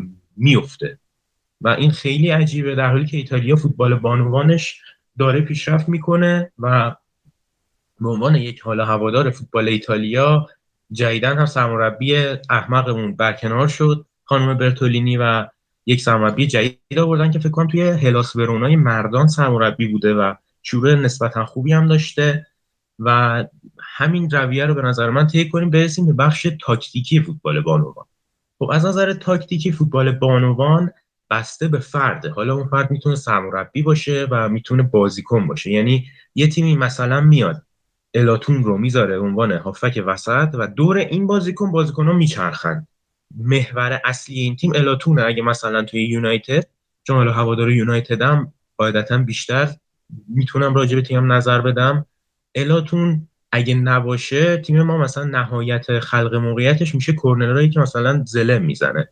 میفته. و این خیلی عجیبه در حالی که ایتالیا فوتبال بانوانش داره پیشرفت میکنه. و به عنوان یک حالا هوادار فوتبال ایتالیا جدیدن هم سرمربی احمقمون برکنار شد، خانم برتولینی، و یک سرمربی جدید آوردن که فکر کنم توی هلاس ورونای مردان سرمربی بوده و شروع نسبتا خوبی هم داشته. و همین رویه رو به نظر من طی کنیم برسیم به بخش تاکتیکی فوتبال بانوان. خب از نظر تاکتیکی فوتبال بانوان بسته به فرده، حالا اون فرد میتونه سرمربی باشه و میتونه بازیکن باشه. یعنی یه تیمی مثلا میاد الاتون رو میذاره عنوان هافک وسط و دور این بازیکن‌ها میچرخن. محور اصلی این تیم الاتونه. اگه مثلا توی یونایتد، چون حالا هوادار یونایتدم قاعدتاً بیشتر میتونم راجع به تیمم نظر بدم، الاتون اگه نباشه تیم ما مثلا نهایت خلق موقعیتش میشه کورنرایی که مثلا زله میزنه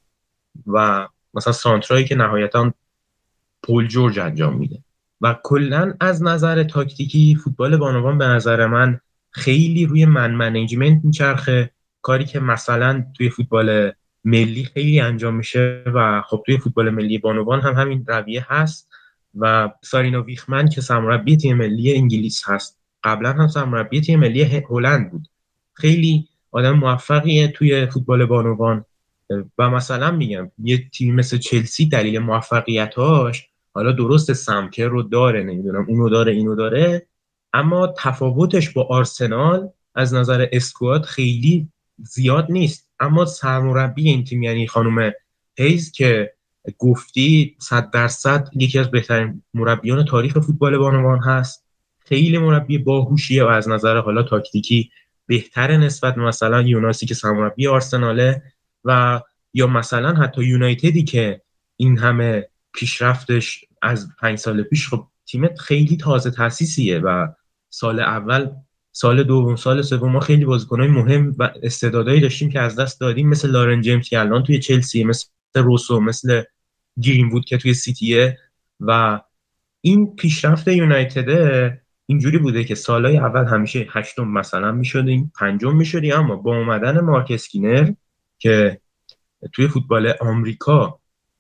و مثلا سانترایی که نهایتا پول جورج انجام میده. و کلا از نظر تاکتیکی فوتبال بانوان به نظر من خیلی روی منیجمنت میچرخه، کاری که مثلا توی فوتبال ملی خیلی انجام میشه و خب توی فوتبال ملی بانوان هم همین رویه هست. و سارینو ویخمن که سرمربی تیم ملی انگلیس هست، قبلا هم سرمربی تیم ملی هلند بود، خیلی آدم موفقیه توی فوتبال بانوان. و مثلا میگم یه تیم مثل چلسی دلیل موفقیتاش، حالا درست سمکر رو داره، نمیدونم اونو داره اینو داره، اما تفاوتش با آرسنال از نظر اسکواد خیلی زیاد نیست. اما سرمربی این تیم یعنی خانم هیز که گفتی 100% یکی از بهترین مربیان تاریخ فوتبال بانوان هست، خیلی مربی باهوشیه و از نظر حالا تاکتیکی بهتره نسبت مثلا یوناسی که سرمربی آرسناله و یا مثلا حتی یونایتدی که این همه پیشرفتش از 5 سال پیش. خب تیمت خیلی تازه تأسیسیه و سال اول، سال دوم، سال سوم ما خیلی بازیکنای مهم و استعدادایی داشتیم که از دست دادیم، مثل لارن جیمز که الان توی چلسی، مثل روسو، مثل گرین‌وود که توی سیتیه. و این پیشرفت یونایتد اینجوری بوده که سالهای اول همیشه هشتم مثلا میشدیم، پنجم میشدیم، اما با اومدن مارک اسکینر که توی فوتبال آمریکا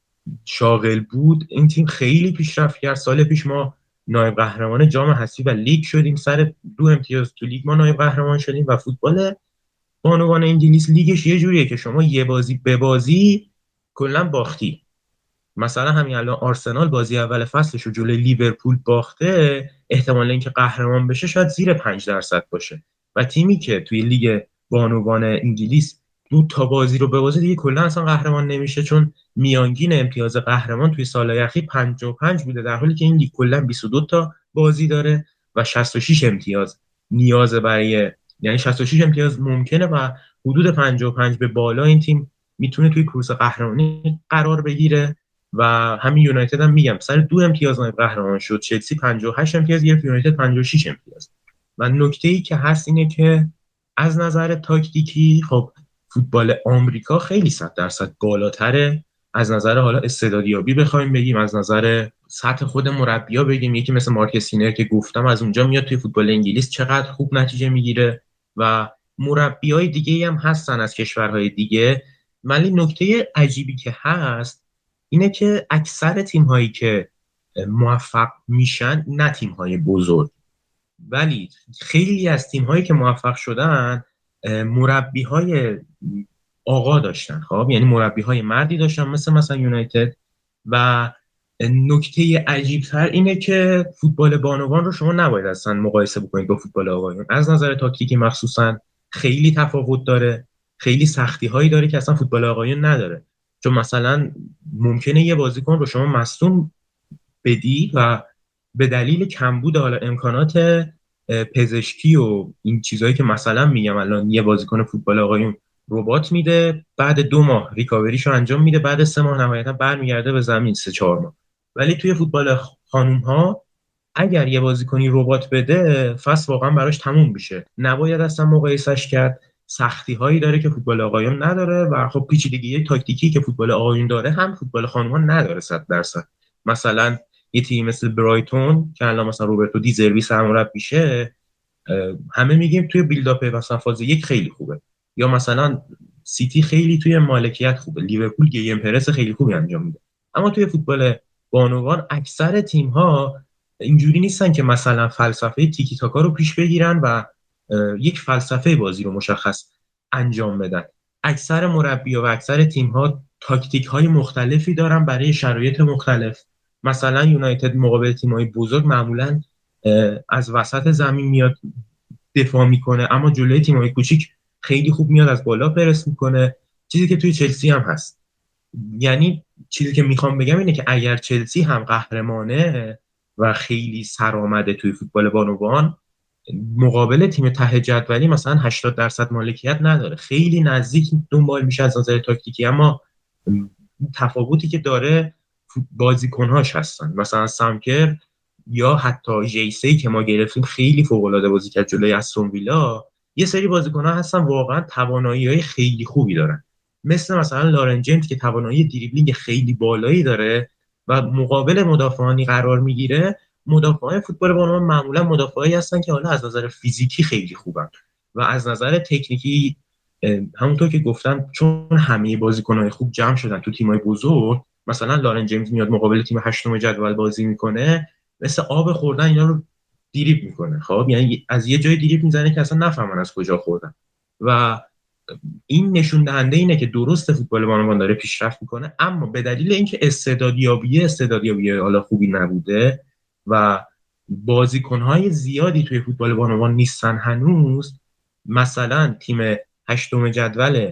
شاغل بود این تیم خیلی پیشرفت کرد. سال پیش ما نایب قهرمان جام حذفی و لیگ شدیم، سر 2 امتیاز تو لیگ ما نایب قهرمان شدیم. و فوتبال بانوان انگلیس لیگش یه جوریه که شما یه بازی به بازی کلا باختی. مثلا همین الان آرسنال بازی اول فصلش رو جلوی لیورپول باخته، احتمال اینکه قهرمان بشه شاید زیر 5% باشه. و تیمی که توی لیگ بانوان انگلیس دو تا بازی رو ببازه دیگه کلا اصلا قهرمان نمیشه، چون میانگین امتیاز قهرمان توی سالهای اخیر 55 بوده، در حالی که این لیگ کلا 22 تا بازی داره و 66 امتیاز نیاز برای، یعنی 66 امتیاز ممکنه و حدود 55 به بالا این تیم میتونه توی کورس قهرمانی قرار بگیره. و همین یونایتد هم میگم سر 2 امتیاز قهرمان شد، چلسی 58 امتیاز گرفت، یونایتد 56 امتیاز. و نکته‌ای که هست اینه که از نظر تاکتیکی خب فوتبال آمریکا خیلی 100% بالاتره. از نظر حالا استعدادیابی بخوایم بگیم، از نظر سطح خود مربی‌ها بگیم، یکی مثل مارک سینر که گفتم از اونجا میاد توی فوتبال انگلیس چقدر خوب نتیجه میگیره و مربیای دیگه هم هستن از کشورهای دیگه. ولی نکته عجیبی که هست اینه که اکثر تیم‌هایی که موفق میشن نه تیم‌های بزرگ، ولی خیلی از تیم‌هایی که موفق شدن مربی‌های آقا داشتن، خب یعنی مربی‌های مردی داشتن مثلا یونایتد. و نکته عجیب‌تر اینه که فوتبال بانوان رو شما نباید اصلا مقایسه بکنید با فوتبال آقایون. از نظر تاکتیکی مخصوصا خیلی تفاوت داره، خیلی سختی‌هایی داره که اصلا فوتبال آقایون نداره. چون مثلا ممکنه یه بازیکن رو شما مصدوم بدی و به دلیل کمبود حالا امکانات پزشکی و این چیزهایی که مثلا میگم الان یه بازیکن فوتبال آقایون ربات میده، بعد 2 ماه ریکاوریشو انجام میده، بعد 3 ماه نهایتا برمیگرده به زمین، 3-4 ماه. ولی توی فوتبال خانوم ها اگر یه بازیکنی ربات بده فصل واقعا براش تموم میشه، نباید اصلا مقایسش کرد. سختی هایی داره که فوتبال آقایون نداره و خب پیچیدگی تاکتیکی که فوتبال آقایون داره هم فوتبال خانم ها نداره 100%. مثلا یه تیم مثل برایتون که الان مثلا روبرتو دی زربی سرمربیشه، همه میگیم توی بیلداپ مثلا فاز 1 خیلی خوبه، یا مثلا سیتی خیلی توی مالکیت خوبه، لیورپول گیم پرس خیلی خوبی انجام میده. اما توی فوتبال بانوان اکثر تیم ها اینجوری نیستن که مثلا فلسفه تیکی تاکا رو پیش بگیرن و یک فلسفه بازی رو مشخص انجام بدن. اکثر مربی‌ها و اکثر تیم ها تاکتیک های مختلفی دارن برای شرایط مختلف. مثلا یونایتد مقابل تیم‌های بزرگ معمولاً از وسط زمین میاد دفاع میکنه، اما جلوی تیم‌های کوچیک خیلی خوب میاد از بالا پرس میکنه، چیزی که توی چلسی هم هست. یعنی چیزی که میخوام بگم اینه که اگر چلسی هم قهرمانه و خیلی سرآمده توی فوتبال بانوان، مقابل تیم ته جدولی مثلا 80% مالکیت نداره، خیلی نزدیک دنبال میشه از نظر تاکتیکی، اما تفاوتی که داره بازیکن‌هاش هستن. مثلا سامکر یا حتی جیسی که ما گرفتیم خیلی فوق‌العاده بازی کرد جلوی استون ویلا. یه سری بازیکن‌ها هستن واقعا توانایی‌های خیلی خوبی دارن، مثلا لارن جیمز که توانایی دریبلینگ خیلی بالایی داره و مقابل مدافعانی قرار میگیره. مدافعان فوتبال بانوان معمولا مدافعایی هستن که حالا از نظر فیزیکی خیلی خوبن و از نظر تکنیکی همونطور که گفتم چون همه بازیکن‌های خوب جمع شدن تو تیم‌های بزرگ، مثلا لارن جیمز میاد مقابل تیم هشتم جدول بازی میکنه، مثل آب خوردن اینا رو دیریب میکنه. خب یعنی از یه جای دیریب میزنه که اصلا نفهمن از کجا خوردن. و این نشون دهنده اینه که درست فوتبال بانوان داره پیشرفت میکنه، اما به دلیل اینکه استعدادیابی حالا خوبی نبوده و بازیکن‌های زیادی توی فوتبال بانوان نیستن هنوز. مثلا تیم هشتم جدول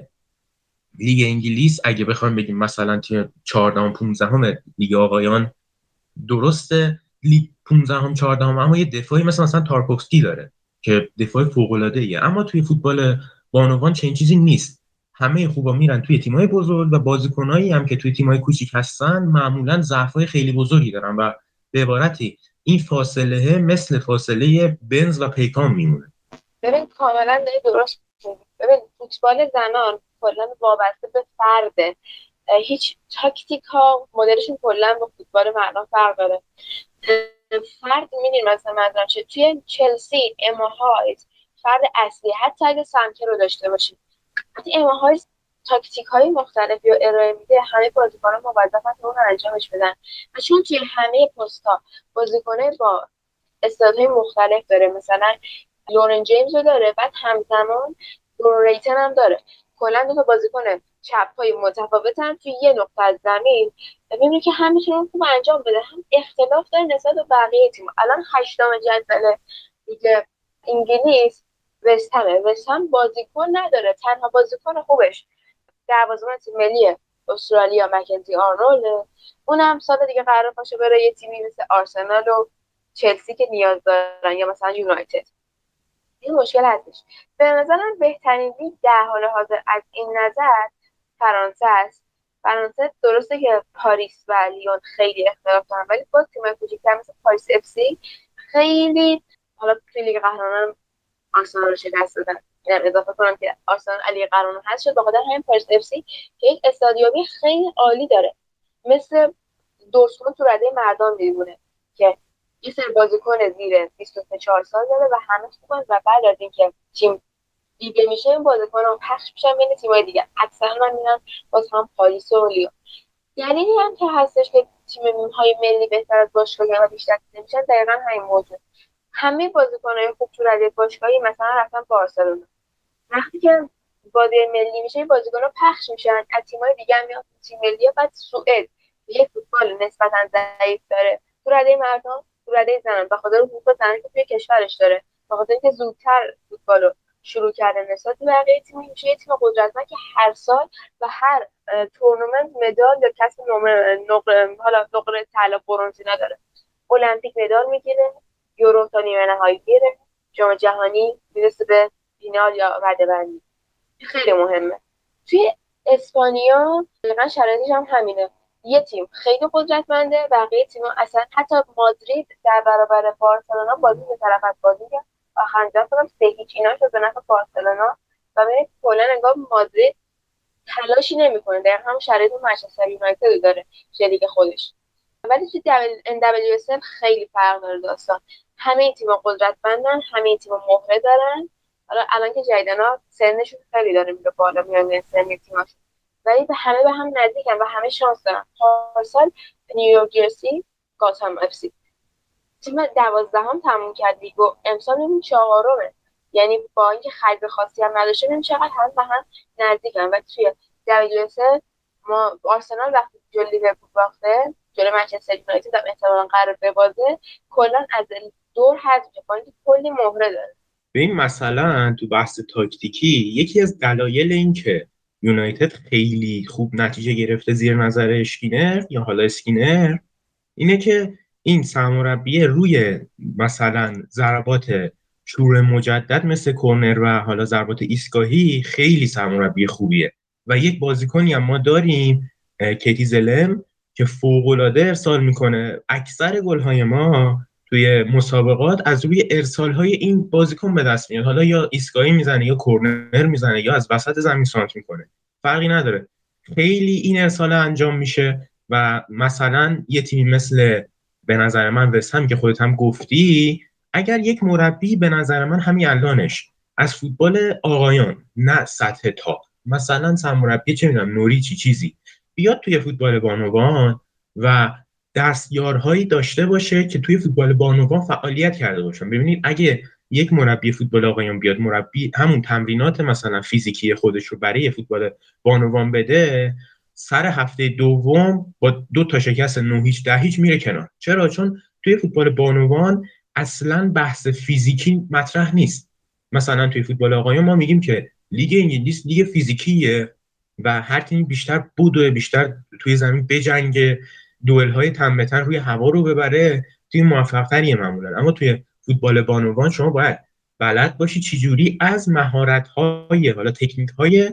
لیگ انگلیس اگه بخوایم بگیم مثلا تیم 14 15 لیگ آقایان، درسته لیگ 15 14 اما یه دفاعی مثلا تارکوفسکی داره که دفاع فوق‌العاده‌ایه، اما توی فوتبال بانوان چنین چیزی نیست. همه خوبا میرن توی تیم‌های بزرگ و بازیکنایی هم که توی تیم‌های کوچیک هستن معمولاً ضعف‌های خیلی بزرگی دارن و به عبارتی این فاصله مثل فاصله بنز و پیکان میمونه. ببین کاملا داری درست میگی. ببین فوتبال زنان کلا وابسته به فرده، هیچ تاکتیک ها مدلشون کلا با فوتبال مردان فرق داره. فرد میدین مثلا منظورم چه، توی چلسی اما هایت فرد اصلی، حتی اگه سمکه رو داشته باشید، وقتی اما هایت تاکتیک های مختلفی رو ارائه میده، همه بازیکنان موظفن اون رو انجامش بدن و چون توی همه پست ها بازیکنای با استعدادهای مختلف داره، مثلا لورن جیمز رو داره، بعد همزمان لورن ریتن هم داره، کلا دو تا بازیکن چپ های متفاوتن توی یه نقطه از زمین، میبینی که هم میتونن خوب انجام بده، هم اختلاف داره نسبت به بقیه تیم. الان هشتم جدول لیگ انگلیس وستهم بازیکن نداره، تنها بازیکن خوبش دروازه‌بان تیم ملی استرالیا مکنزی آرنولد، اونم سال دیگه قرار باشه بره یه تیمی مثل آرسنال و چلسی که نیاز دارن، یا مثلا یونایتد. این مشکل هستش. به نظرم بهترین لیگ در حال حاضر از این نظر فرانسه است. فرانسه درسته که پاریس و لیون خیلی اختلاف دارن، ولی باز تیم‌های کوچیک‌تر مثل پاریس اف سی خیلی، حالا توی لیگ قهرمانان آرسنال رو شکست دادن. اینم اضافه کنم که آرسنال لیگ قهرمانان هست شد بخاطر همین پاریس اف سی که یک استادیومی خیلی عالی داره، مثل دورتموند تو رده مردان میمونه که یه سری بازیکن زیر 23 سال داره و همه خوبن، و بعد از اینکه تیم دیگه میشه این بازیکن‌ها پخش میشن بین تیم‌های دیگه. اکثرا من میرم باز هم پاریس و لیون. دلیلی هم که هستش که تیم‌های ملی بهتر از باشگاهی و بیشتر دیده میشن دقیقاً همین موضوع. همه بازیکن‌های خوب تو رده باشگاهی مثلا رفتن بارسلونا. وقتی که بازی ملی میشه این بازیکن‌ها پخش میشن از تیم‌های دیگه هم میاد تیم ملی. بعد سوئد یه فوتبال نسبتاً ضعیف داره تو رده مردان، تو رده زنان، به خاطر حقوق زنان که توی کشورش داره، به خاطر اینکه زودتر فوتبالو شروع کرده نسبت به بقیه تیم، میشه یه تیم قدرتمند که هر سال و هر تورنمنت مدال یا کسب نقره طلا برنز نداره. المپیک مدال میگیره، یورو تا نیمه نهایی میره، جام جهانی میرسه به فینال یا رده‌بندی. خیلی مهمه. توی اسپانیا دقیقا شرایطش هم همینه. یه تیم خیلی قدرتمنده، بقیه تیم‌ها اصلا، حتی مادرید در برابر بارسلونا بازی به طرف از بازی کرد، آخرین جا کنم 3-0 اینا شد به نفع بارسلونا و ببینید کلا انگار مادرید تلاشی نمیکنه. دقیقا هم شرایط منچستر یونایتد داره لیگ خودش. ولی توی NWSL خیلی فرق داره داستان. همه این تیم‌ها قدرتمندن، همه این تیم‌ها مهره دارن. حالا الان که جدیداً سنشون خیلی داره میره بالا، میان سن تیم‌هاشون، ولی به هم نزدیکن و همه شانس دارن. پارسال نیویورک جرسی گاتام اف سی تیم 12 تموم کرد لیگو، امسال میبینیم 4. یعنی با اینکه خرید خاصی هم نداشته ببین چقدر هم به هم نزدیکن. و توی WSL ما آرسنال وقتی جلوی لیورپول باخته، جلوی منچستر یونایتد هم احتمالاً قرار ببازه، کلا از دور حذف میشه با اینکه کلی مهره داره. ببین مثلا تو بحث تاکتیکی یکی از دلایل این که یونایتد خیلی خوب نتیجه گرفته زیر نظر اشکینر یا حالا اسکینر اینه که این سرمربی روی مثلا ضربات شور مجدد مثل کورنر و حالا ضربات ایستگاهی خیلی سرمربی خوبیه و یک بازیکنی هم ما داریم کیتی زلم که فوق‌العاده ارسال میکنه. اکثر گل‌های ما توی مسابقات از روی ارسال‌های این بازیکن به دست میاد، حالا یا ایستگاهی میزنه یا کورنر میزنه یا از وسط زمین سانت میکنه، فرقی نداره، خیلی این ارسال انجام میشه. و مثلا یه تیمی مثل به نظر من وستهم که خودت هم گفتی، اگر یک مربی به نظر من همین الانش از فوتبال آقایان نه سطح تاپ، مثلا سرمربی چه میدونم نوریچی چیزی بیاد توی فوتبال بانوان و دستیارهایی داشته باشه که توی فوتبال بانوان فعالیت کرده باشن. ببینید اگه یک مربی فوتبال آقایان بیاد مربی همون تمرینات مثلا فیزیکی خودش رو برای فوتبال بانوان بده، سر هفته دوم با 2 شکست 9-0 10-0 میره کنار. چرا؟ چون توی فوتبال بانوان اصلا بحث فیزیکی مطرح نیست. مثلا توی فوتبال آقایان ما میگیم که لیگ انگلیس لیگ فیزیکیه و هر تیمی بیشتر بدوه، بیشتر توی زمین بجنگه، دوئل‌های تن به تن روی هوا رو ببره، توی موفق‌تریه معمولا. اما توی فوتبال بانوان شما باید بلد باشی چجوری از مهارت‌های حالا تکنیک‌های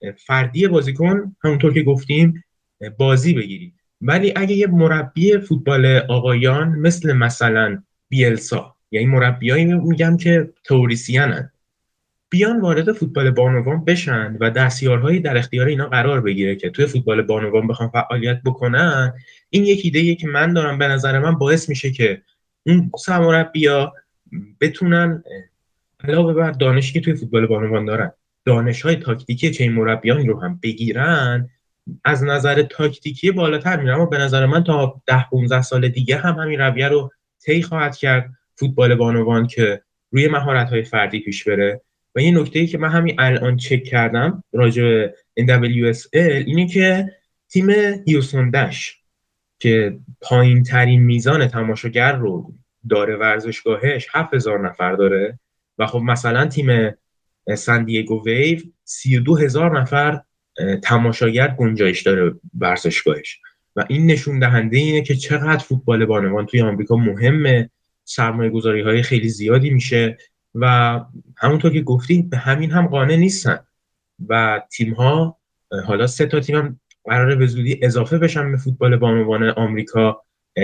فردی بازیکن همونطور که گفتیم بازی بگیری. ولی اگه یه مربی فوتبال آقایان مثلا بیلسا، یعنی مربیایی میگم که تئوریسینن، بیان وارد فوتبال بانوان بشن و دستیارهایی در اختیار اینا قرار بگیره که توی فوتبال بانوان بخوام فعالیت بکنن، این یک ایده‌ایه که من دارم، به نظر من باعث میشه که اون سرمربی‌ها بتونن علاوه بر دانشی که توی فوتبال بانوان دارن، دانش‌های تاکتیکی چه این مربیان رو هم بگیرن، از نظر تاکتیکی بالاتر میرن. اما به نظر من تا 10-15 سال دیگه هم همین رویه رو طی خواهد کرد فوتبال بانوان که روی مهارت‌های فردی پیش بره. و یه نکته‌ای که من همین الان چک کردم راجع به NWSL اینه که تیم هیوستن دش که پایین ترین میزان تماشاگر رو داره ورزشگاهش 7000 نفر داره و خب مثلا تیم سان دیگو ویو 32,000 نفر تماشاگر گنجایش داره ورزشگاهش و این نشون دهنده اینه که چقدر فوتبال بانوان توی آمریکا مهمه. سرمایه گذاری های خیلی زیادی میشه و همونطور که گفتی به همین هم قانع نیستن و تیم ها، حالا 3 تا تیم هم قراره به زودی اضافه بشن به فوتبال بانوان آمریکا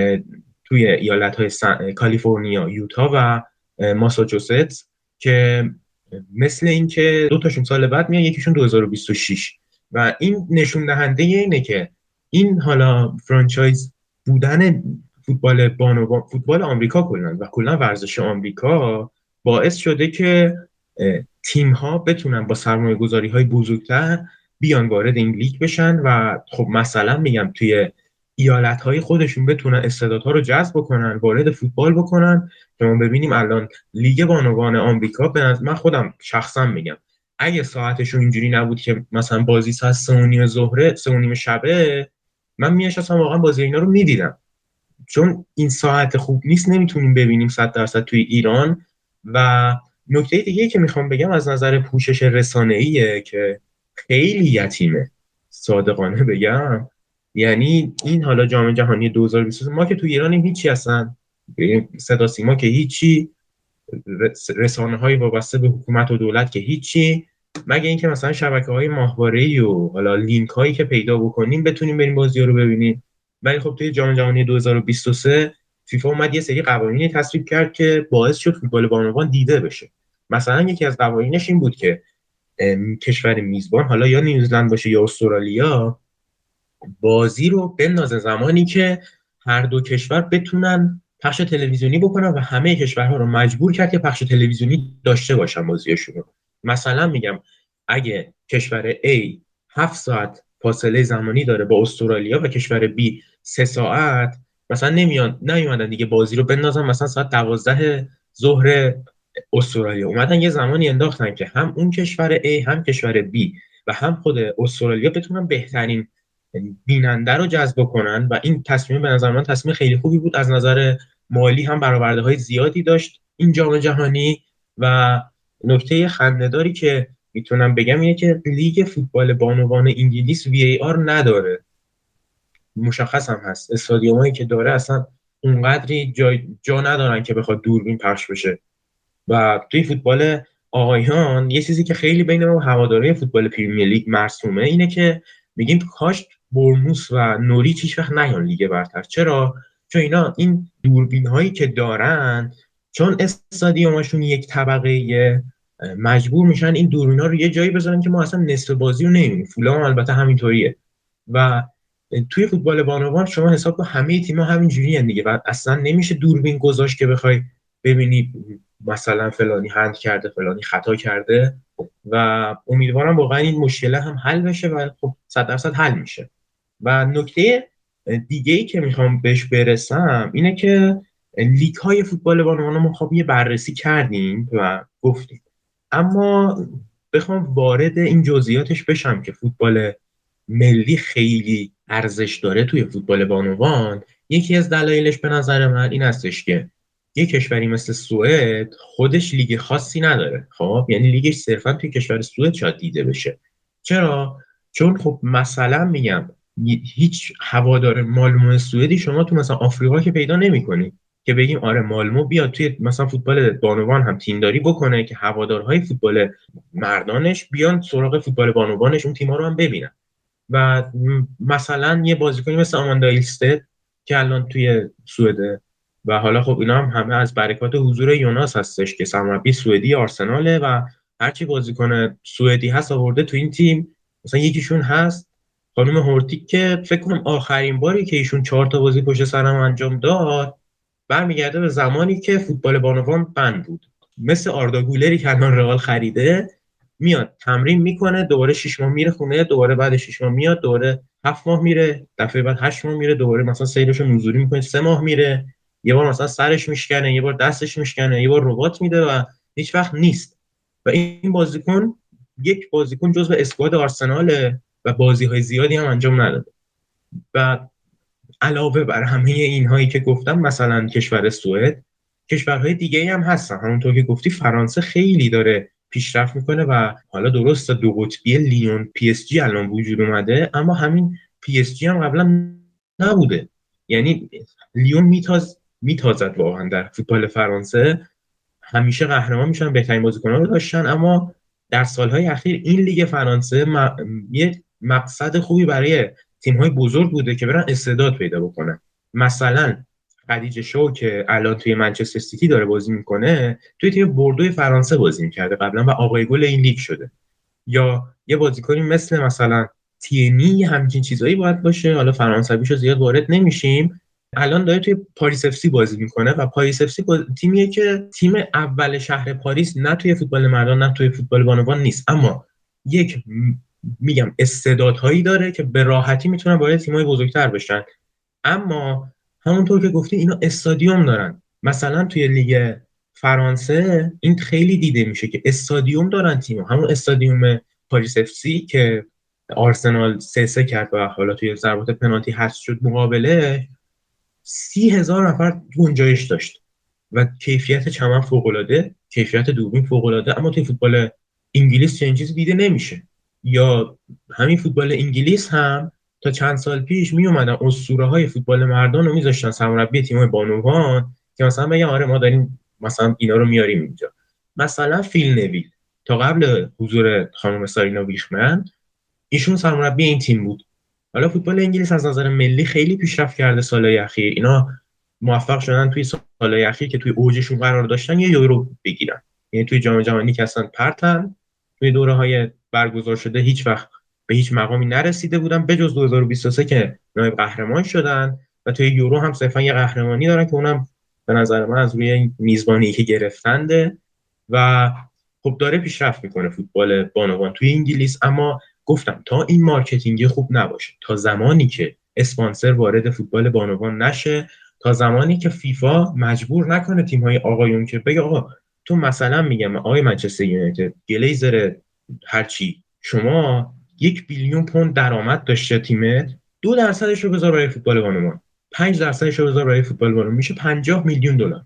توی ایالت های کالیفرنیا، یوتا و ماساچوستس، که مثل این که 2 تاشون سال بعد میان، یکیشون 2026 و این نشون دهنده اینه که این حالا فرانچایز بودن فوتبال بانوان، فوتبال آمریکا کلا و کلا ورزش آمریکا باعث شده که تیم ها بتونن با سرمایه گذاری های بزرگتر بیان وارد این لیگ بشن و خب مثلا میگم توی ایالت های خودشون بتونن استعدادها رو جذب بکنن، وارد فوتبال بکنن. که ما ببینیم الان لیگ بانوان آمریکا، من خودم شخصا میگم اگه ساعتشون اینجوری نبود که مثلا بازی ساعت 3:30 ظهر 3:30 شبه، من میشستم واقعا بازی اینا رو میدیدم، چون این ساعت خوب نیست، نمیتونیم ببینیم 100% توی ایران. و نکته دیگه که میخوام بگم از نظر پوشش رسانه‌ایه که خیلی یتیمه، صادقانه بگم. یعنی این حالا جام جهانی 2023 ما که توی ایرانیم هیچی، هستن صدا سیما که هیچی، رسانه‌های وابسته به حکومت و دولت که هیچی، مگه اینکه مثلا شبکه‌های ماهواره‌ای و حالا لینک‌هایی که پیدا بکنیم بتونیم بریم بازی‌ها رو ببینیم. ولی خب توی جام جهانی 2023 فیفا اومد یه سری قوانینی تصویب کرد که باعث شد فوتبال بانوان دیده بشه. مثلا یکی از قوانینش این بود که کشور میزبان، حالا یا نیوزلند باشه یا استرالیا، بازی رو بندازه زمانی که هر دو کشور بتونن پخش تلویزیونی بکنن و همه کشورها رو مجبور کرد که پخش تلویزیونی داشته باشن بازیاشون رو. مثلا میگم اگه کشور A 7 ساعت فاصله زمانی داره با استرالیا و کشور B 3 ساعت، مثلا نمیومدن دیگه بازی رو بندازن مثلا ساعت 12 ظهر استرالیا، اومدن یه زمانی انداختن که هم اون کشور A هم کشور B و هم خود استرالیا بتونن بهترین بیننده رو جذب کنن. و این تصمیم به نظر من تصمیم خیلی خوبی بود، از نظر مالی هم برآورده های زیادی داشت این جام جهانی. و نکته خنده‌داری که میتونم بگم اینه که لیگ فوتبال بانوان انگلیس VAR نداره. مشخص هم هست استادیومایی که داره اصلا اونقدری جا ندارن که بخواد دوربین پخش بشه. و توی فوتبال آقایان یه چیزی که خیلی بین ما هواداره فوتبال پریمیر لیگ مرسومه اینه که میگیم کاش برموس و نوریچ هیچ وقت نیان لیگ برتر. چرا؟ چون اینا این دوربین هایی که دارن، چون استادیومشون یک طبقه، مجبور میشن این دوربین ها رو یه جایی بذارن که ما اصلا نصف بازی رو نمیبینیم. فولام البته همینطوریه. و توی فوتبال بانوان شما حساب کن همه تیم‌ها همینجوریه دیگه و اصلا نمیشه دوربین گذاشت که بخوای ببینی مثلا فلانی هند کرده فلانی خطا کرده. و امیدوارم واقعا این مشکل هم حل بشه و خب 100% حل میشه. و نکته دیگه ای که میخوام بهش برسم اینه که لیگ های فوتبال بانوان ما خب یه بررسی کردیم و گفتیم، اما بخوام وارد این جزئیاتش بشم که فوتبال ملی خیلی ارزش داره توی فوتبال بانوان، یکی از دلایلش به نظر من این هستش که یه کشوری مثل سوئد خودش لیگ خاصی نداره. خب یعنی لیگش صرفا توی کشور سوئد شاید دیده بشه. چرا؟ چون خب مثلا میگم هیچ هوادار مالمو سوئدی شما تو مثلا آفریقا که پیدا نمی‌کنی که بگیم آره مالمو بیاد توی مثلا فوتبال بانوان هم تیمداری بکنه که هوادارهای فوتبال مردانش بیان سراغ فوتبال بانوانش اون تیم‌ها رو هم ببینن. و مثلا یه بازیکنی مثل آماندا ایلستد که الان توی سوئده و حالا خب اینا هم همه از برکات حضور یوناس هستش که سرمربی سوئدی آرسناله و هرچی بازیکن سوئدی هست آورده تو این تیم. مثلا یکیشون هست خانم هورتیک که فکر کنم آخرین باری که ایشون 4 تا بازی پشت سر هم انجام داد برمیگرده به زمانی که فوتبال بانوان بند بود. مثل آردا گولری که الان رئال خریده، میاد تمرین میکنه، دوباره 6 ماه میره خونه، دوباره بعد 6 ماه میاد، دوباره 7 ماه میره، دفعه بعد 8 ماه میره، دوباره مثلا سیرشو نزولی میکنه 3 ماه میره، یه بار مثلا سرش میشکنه، یه بار دستش میشکنه، یه بار ربات میده و هیچ وقت نیست. و این بازیکن یک بازیکن جزو اسکواد آرسناله و بازی‌های زیادی هم انجام نداده. و علاوه بر همه اینهایی که گفتم، مثلا کشور سوئد کشورهای دیگه هم هستن. همونطور که گفتی فرانسه خیلی داره پیشرفت میکنه و حالا درست دو قطبی لیون پی اس جی الان وجود اومده، اما همین پی اس جی هم قبلا نبوده. یعنی لیون میتازد واقعا در فوتبال فرانسه، همیشه قهرمان میشن، بهترین بازیکن‌ها رو داشتن، اما در سالهای اخیر این لیگ فرانسه یه مقصد خوبی برای تیم‌های بزرگ بوده که برن استعداد پیدا بکنن. مثلا خدیجه شو که الان توی منچستر سیتی داره بازی میکنه، توی تیم بوردوی فرانسه بازی میکرده قبلا و آقای گل این لیگ شده. یا یه بازیکنی مثلا تینی، همچین چیزایی باید باشه، حالا فرانسویشو زیاد وارد نمیشیم، الان داره توی پاریس اف سی بازی میکنه و پاریس اف سی تیمیه که تیم اول شهر پاریس، نه توی فوتبال مردان نه توی فوتبال بانوان نیست، اما یک میگم استعدادهایی داره که به راحتی میتونن وارد تیم‌های بزرگتر بشن. اما همونطور که گفتی اینا استادیوم دارن. مثلا توی لیگ فرانسه این خیلی دیده میشه که استادیوم دارن تیم، همون استادیوم پاریس اف سی که آرسنال 3-3 کرد و حالا توی ضربات پنالتی حذف شد مقابله، 30,000 نفر گنجایش داشت و کیفیت چمن فوق‌العاده، کیفیت دوربین فوق‌العاده، اما توی فوتبال انگلیس چنین چیزی دیده نمیشه. یا همین فوتبال انگلیس هم تا چند سال پیش می اومدن اسطوره‌های فوتبال مردان رو میذاشتن سرمربی تیم‌های بانوان که مثلا بگن آره ما داریم مثلا اینا رو میاریم اینجا. مثلا فیل نویل تا قبل حضور خانم سارینا ویخمن ایشون سرمربی این تیم بود. حالا فوتبال انگلیس از نظر ملی خیلی پیشرفت کرده سالهای اخیر، اینا موفق شدن توی سالهای اخیر که توی اوجشون قرار داشتن یه یورو بگیرن. یعنی توی جام جهانی که اصلا پرتن، توی دوره‌های برگزار شده هیچ وقت به هیچ مقامی نرسیده بودن بجز 2023 که نایب قهرمان شدن و توی یورو هم صرفا یه قهرمانی دارن که اونم به نظر من از روی میزبانی که گرفتنده و خب داره پیشرفت میکنه فوتبال بانوان توی انگلیس. اما گفتم تا این مارکتینگ خوب نباشه، تا زمانی که اسپانسر وارد فوتبال بانوان نشه، تا زمانی که فیفا مجبور نکنه تیم‌های آقایون که بگه آقا تو مثلا میگم آقای منچستر یونایتد، گلیزر، هرچی شما 1 بیلیون پوند درآمد داشته تیمت، 2% رو بذار برای فوتبال بانوان، 5% رو بذار برای فوتبال بانوان، میشه 50 میلیون دلار،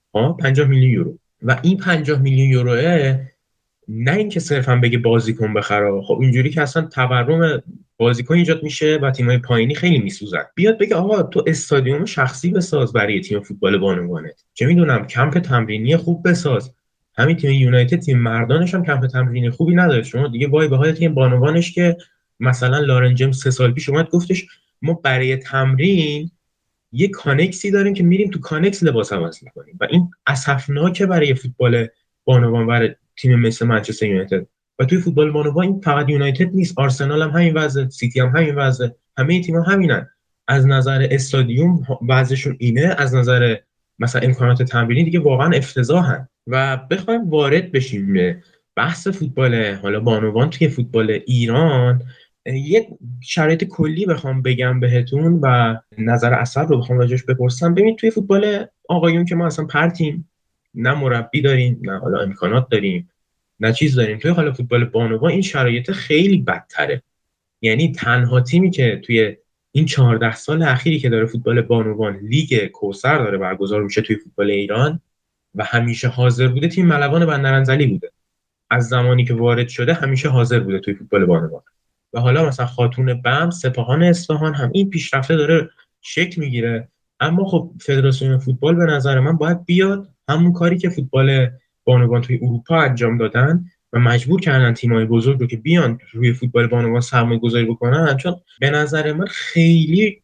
50 میلیون یورو. و این 50 میلیون یوروه نه اینکه صرفا بگه بازیکن بخره، خب اینجوری که اصلا تورم بازیکن ایجاد میشه و تیم‌های پایینی خیلی میسوزن. بیاد بگه آقا تو استادیوم شخصی بساز برای تیم فوتبال بانوانت، چه میدونم کمپ تمرینی خوب بساز. همین تیم یونایتد تیم مردانش هم کمپ تمرینی خوبی نداره. شما دیگه وای به حال تیم بانوانش که مثلا لارن جیمز 3 سال پیش اومد گفتش ما برای تمرین یه کانکسی داریم که میریم تو کانکس لباس عوض می‌کنیم و این اسفناکه برای فوتبال بانوان، برای تیم مثل منچستر یونایتد. و توی فوتبال بانوان این فقط یونایتد نیست، آرسنال هم همین وضع، سیتی هم همین وضع، همه تیم‌ها همینن. از نظر استادیوم وضعشون اینه، از نظر مثلا امکانات تمرینی دیگه واقعا افتضاحن. و بخوایم وارد بشیم به بحث فوتبال حالا بانوان توی فوتبال ایران، یک شرایط کلی بخوام بگم بهتون و نظر اثر رو بخوام راجعش بپرسم. ببین توی فوتبال آقایون که ما اصلا پرتیم، نه مربی داریم، نه حالا امکانات داریم، نه چیز داریم. توی حالا فوتبال بانوان این شرایط خیلی بدتره. یعنی تنها تیمی که توی این 14 سال اخیری که داره فوتبال بانوان لیگ کوثر داره برگزار میشه توی فوتبال ایران و همیشه حاضر بوده، تیم ملوان بندرانزلی بوده. از زمانی که وارد شده همیشه حاضر بوده توی فوتبال بانوان. و حالا مثلا خاتون بم، سپاهان اصفهان هم این پیشرفته داره شکل میگیره. اما خب فدراسیون فوتبال به نظر من باید بیاد همون کاری که فوتبال بانوان توی اروپا انجام دادن و مجبور کردن تیم‌های بزرگ رو که بیان روی فوتبال بانوان سرمایه‌گذاری بکنن، چون به نظر من خیلی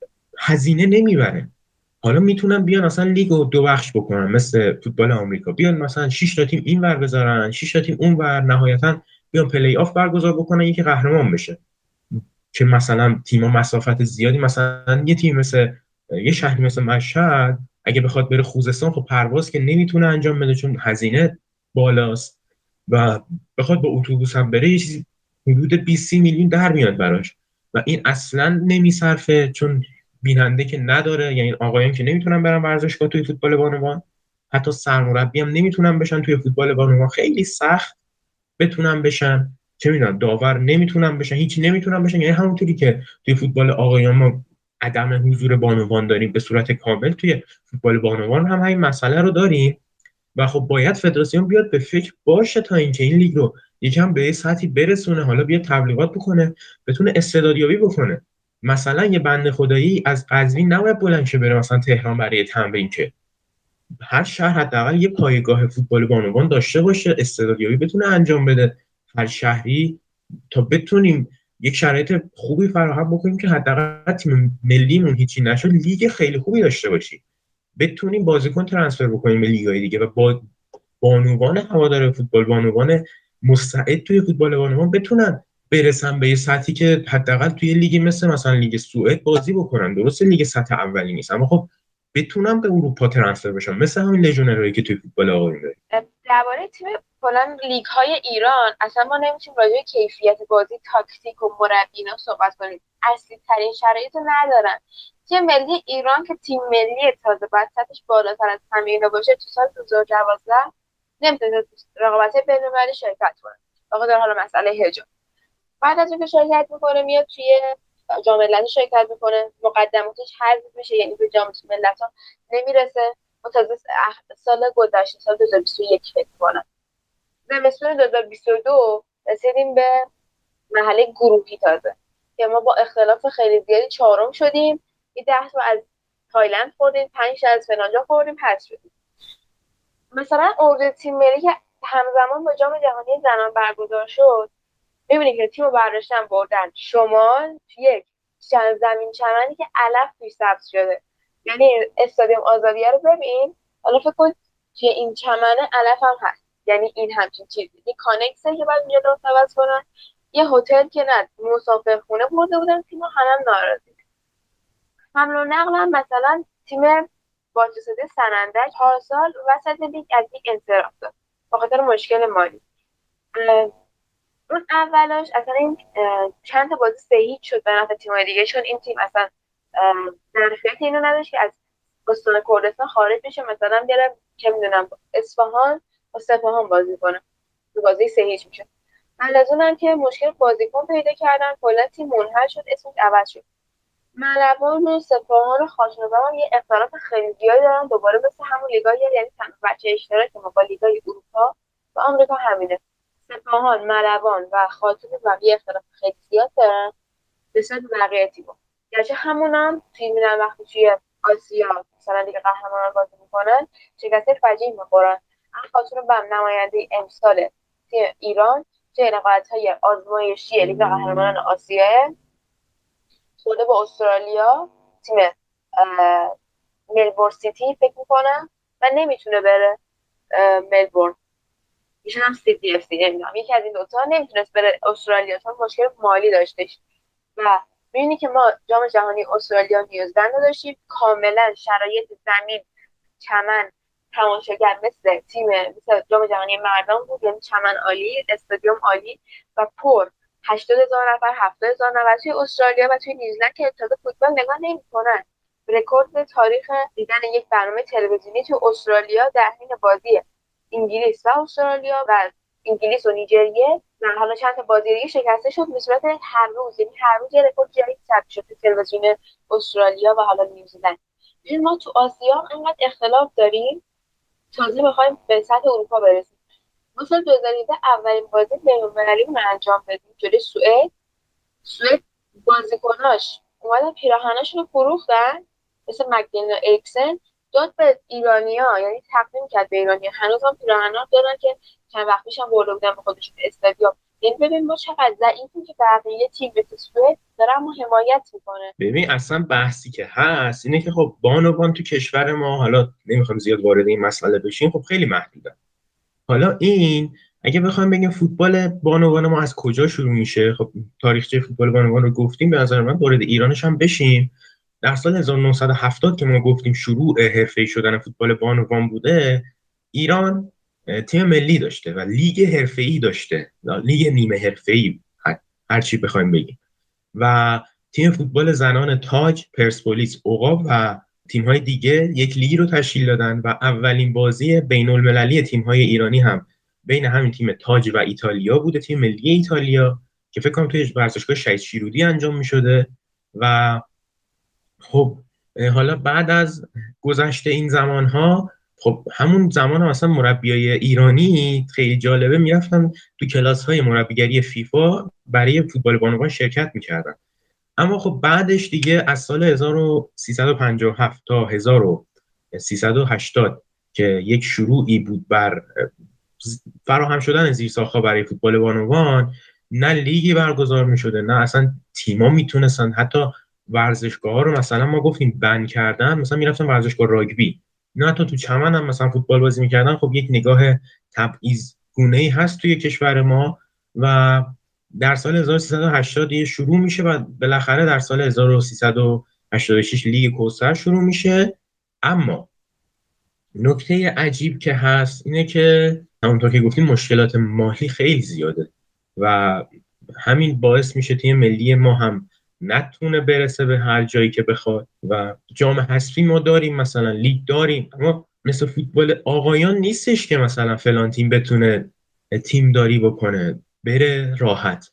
هزینه نمیبره. حالا میتونن بیان اصلا لیگو 2 بخش بکنن مثل فوتبال آمریکا، بیان مثلا 6 تا تیم اینور بذارن، 6 تا تیم اونور، نهایتاً بیان پلی آف برگزار بکنن، یکی قهرمان بشه. که مثلا تیم‌ها مسافت زیادی، مثلا یه تیم مثل یه شهری مثل مشهد اگه بخواد بره خوزستان، خب پرواز که نمیتونه انجام بده چون هزینه بالاست و بخواد با اتوبوس هم بره یه چیزی حدود 20 میلیون در میاد براش و این اصلا نمیصرفه چون بیننده که نداره. یعنی آقایان که نمیتونن برن ورزشگاه توی فوتبال بانوان، حتی سرمربی هم نمیتونن بشن توی فوتبال بانوان، خیلی سخت بتونن بشن، چه میدونم داور نمیتونن بشن، هیچی نمیتونن بشن. یعنی همونطوری که توی فوتبال آقایان ما عدم حضور بانوان داریم به صورت کامل. توی فوتبال بانوان هم همین مسئله رو داریم و خب باید فدراسیون بیاد به فکر باشه تا اینکه این لیگ رو یکم به سطحی برسونه، حالا بیاد تبلیغات بکنه، بتونه استعدادیابی بکنه. مثلا یه بنده خدایی از قزوین نباید بلند شه بره مثلا تهران برای تمرین، که هر شهر حداقل یه پایگاه فوتبال بانوان داشته باشه، استعدادیابی بتونه انجام بده هر شهری، تا بتونیم یک شرایط خوبی فراهم بکنیم که حداقل تیم ملیمون هیچی نشد، لیگ خیلی خوبی داشته باشیم، بتونیم بازیکن ترانسفر بکنیم به لیگ‌های دیگه و با بانوان هوادار فوتبال، بانوان مستعد توی فوتبال بانوان بتونن برسن به یه سطحی که حداقل توی لیگ مثلا لیگ سوئد بازی بکنن. درسته لیگ سطح اولی نیست، اما خب بتونن به اروپا ترانسفر بشن، مثل همین لژونرایی که توی فوتبال آقایون داریم. درباره تیم کلا لیگ های ایران اصلا ما نمیتونیم راجع به کیفیت بازی، تاکتیک و مربینا صحبت کنیم. اصلی ترین شرایط رو ندارن. تیم ملی ایران که تیم ملی تازه بعد سطحش بالاتر از همه اینا باشه، تو سال 2012 نمیتونه رقابت بین‌المللی شرکت کنه بخاطر حالا مسئله حجاب. بعد از اینکه شرکت میکنه میاد توی جام ملت شرکت میکنه، مقدماتش حذف میشه، یعنی به جام ملت‌ها نمیرسه. متازه سال گذشته سال 2021 فکر کنم زمستون 2022 رسیدیم به مرحله گروهی تازه که ما با اختلاف خیلی زیادی چهارم شدیم. 10 تا از تایلند خوردیم، 5 تا از فنلندا خوردیم، حذف شدیم. مثلا اردو تیم ملی که همزمان با جام جهانی زنان برگزار شد، می‌بینید که تیمو برداشتن بردن شمال، یک زمین چمنی که علف توش سبز شده، یعنی استادیوم آزادیه رو ببین، حالا فکر کن توی این چمنه علف هم هست، یعنی این همچین چیزی، یه کانکسه که باید اینجا درست عوض کنن. یه هتل که نه، مسافرخونه برده بودن تیمو، هم ناراضی. حمل و نقل هم مثلا تیم بازرسانی سنندج پارسال وسط لیگ از لیگ انصراف داد به خاطر مشکل مالی. اون اولش اصلا این چند تا بازی 3-0 شد به نفع تیم‌های دیگه، چون این تیم اصلا ظرفیت اینو نداشت که از استان کردستان خارج بشه، مثلا بیاره چه میدونم اصفهان با سپاهان بازی کنه، تو بازی 3-0 میشه. بعد از اونم که مشکل بازیکن پیدا کردن، کلا تیم منحل شد، اسمش عوض شد. ملوان و سپاهان و خاص‌نظام هم یه اختلاف خیلی زیادی دارن، دوباره مثل همون لیگای، یعنی بچه اشتراک ما با لیگای اروپا و آمریکا همینه. سپاهان، ملوان و خاطر و یه اختلاف خیلی زیاد دارن نسبت به بقیه تیم‌ها. گرچه همون هم میرن وقتی توی آسیا مثلا دیگه قهرمانان بازی میکنن شکست فجیعی میخورن. اما خاطر بم نماینده امسال تیم ایران توی نقاط‌های آزمایشی لیگ قهرمانان آسیا خورده با استرالیا، تیم ملبورن سیتی فکر میکنم و نمیتونه بره ملبورن، میشن هم سیتی اف سی، نمیدونم یکی از این دوتا نمیتونست بره استرالیا چون مشکل مالی داشتش. و میبینی که ما جام جهانی استرالیا نیوزلند رو داشتیم، کاملا شرایط زمین، چمن، تماشاگر مثل جام جهانی مردان بود، یعنی چمن عالی، استادیوم عالی و پر، 80,000 نفر، 70,000 نفر توی استرالیا و توی نیوزلند که ابتدا فوتبال نگاه نمی‌کنن. رکورد تاریخ دیدن یک برنامه تلویزیونی توی استرالیا در حین بازی انگلیس و استرالیا و انگلیس و نیجریه و حالا چند تا بازی دیگه شکسته شد به صورت هر روز، یعنی هر روز یه رکورد جدید ثبت شد تو تلویزیون استرالیا و حالا نیوزلند. ببین ما تو آسیا انقدر اختلاف داریم، تازه می‌خوایم به سطح اروپا برسیم. ما سال 2018 اولین بازی بین‌المللی رو انجام دادیم جلوی سوئد بازیکناش اومدن پیراهناشون رو فروختن مثل مکدین و اریکسن، داد به ایرانی‌ها، یعنی تقدیم کرد به ایرانی‌ها. هنوز هم پیراهنا دارن که چند وقت پیش هم برده بودن به خودشون استادیوم. یعنی ببین ما چقدر ضعیفیم که بقیه تیم مثل سوئد داره ما حمایت میکنه. ببین اصلا بحثی که هست اینه که خب بانوان تو کشور ما، حالا نمیخوام زیاد وارد این مسئله بشیم، خب خیلی محدودن. حالا این اگه بخوایم بگیم فوتبال بانوان ما از کجا شروع میشه، خب تاریخچه فوتبال بانوان رو گفتیم، به نظر من وارد ایرانش هم بشیم. در سال 1970 که ما گفتیم شروع حرفه‌ای شدن فوتبال بانوان بوده، ایران تیم ملی داشته و لیگ حرفه‌ای داشته، لیگ نیمه حرفه‌ای هر چی بخوایم بگیم، و تیم فوتبال زنان تاج، پرسپولیس، عقاب و تیم‌های دیگه یک لیگ رو تشکیل دادن و اولین بازی بین‌المللی تیم‌های ایرانی هم بین همین تیم تاج و ایتالیا بوده، تیم ملی ایتالیا، که فکر کنم توی ورزشگاه شهید شیرودی انجام می‌شده و خب حالا بعد از گذشته این زمانها، خب همون زمان هم اصلا مربیای ایرانی خیلی جالبه میرفتن تو کلاس های مربیگری فیفا برای فوتبال بانوان شرکت میکردن. اما خب بعدش دیگه از سال 1357 تا 1380 که یک شروعی بود بر فراهم شدن زیرساخت‌ها برای فوتبال بانوان، نه لیگی برگزار می‌شده، نه اصلا تیم‌ها میتونستن حتی ورزشگاه‌ها رو مثلا ما گفتیم بند کردن، مثلا میرفتن ورزشگاه راگبی، نه حتی تو چمن هم مثلا فوتبال بازی می‌کردن. خب یک نگاه تبعیض گونه‌ای هست توی کشور ما و در سال 1380 یه شروع میشه و بالاخره در سال 1386 لیگ کوثر شروع میشه. اما نکته عجیب که هست اینه که همونطور که گفتیم مشکلات مالی خیلی زیاده و همین باعث میشه تیم ملی ما هم نتونه برسه به هر جایی که بخواد و جام حذفی ما داریم، مثلا لیگ داریم، اما مثل فوتبال آقایان نیستش که مثلا فلان تیم بتونه تیم داری بکنه بره راحت.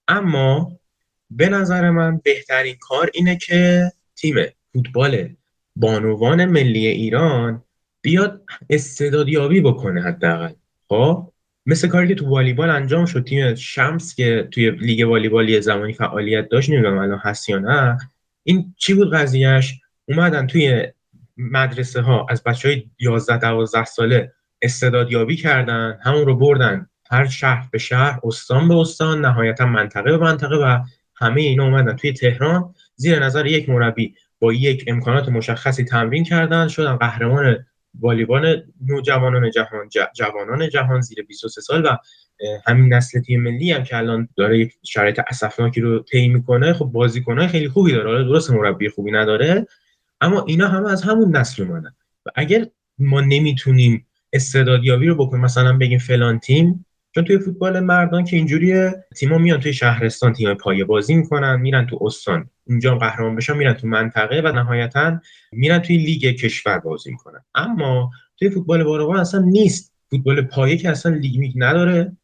اما به نظر من بهترین کار اینه که تیم فوتبال بانوان ملی ایران بیاد استعدادیابی بکنه حداقل. خب مثل کاری که تو والیبال انجام شد، تیم شمس که توی لیگ والیبالی زمانی فعالیت داشت، نمیدونم الان هست یا نه، این چی بود قضیهش؟ اومدن توی مدرسه ها از بچهای 11-12 ساله استعدادیابی کردن، همون رو بردن هر شهر به شهر، استان به استان، نهایتا منطقه به منطقه و همه اینا اومدن توی تهران زیر نظر یک مربی با یک امکانات مشخصی تمرین کردن، شدن قهرمان والیبال نوجوانان جهان، جوانان جهان زیر 23 سال و همین نسل تیم ملی هم که الان داره یک شرایط اسفناکی رو طی میکنه. خب بازیکنای خیلی خوبی داره، حالا درست مربی خوبی نداره، اما اینا همه از همون نسل اومدن و اگر ما نمیتونیم استعدادیابی رو بکنیم، مثلا بگیم فلان تیم، چون توی فوتبال مردان که اینجوریه، تیم‌ها میان توی شهرستان تیم پایه بازی میکنن، میرن تو استان اونجا قهرمان بشن، میرن تو منطقه و نهایتا میرن توی لیگ کشور بازی میکنن. اما توی فوتبال بانوان اصلا نیست، فوتبال پایه که اصلا لیگ میگ نداره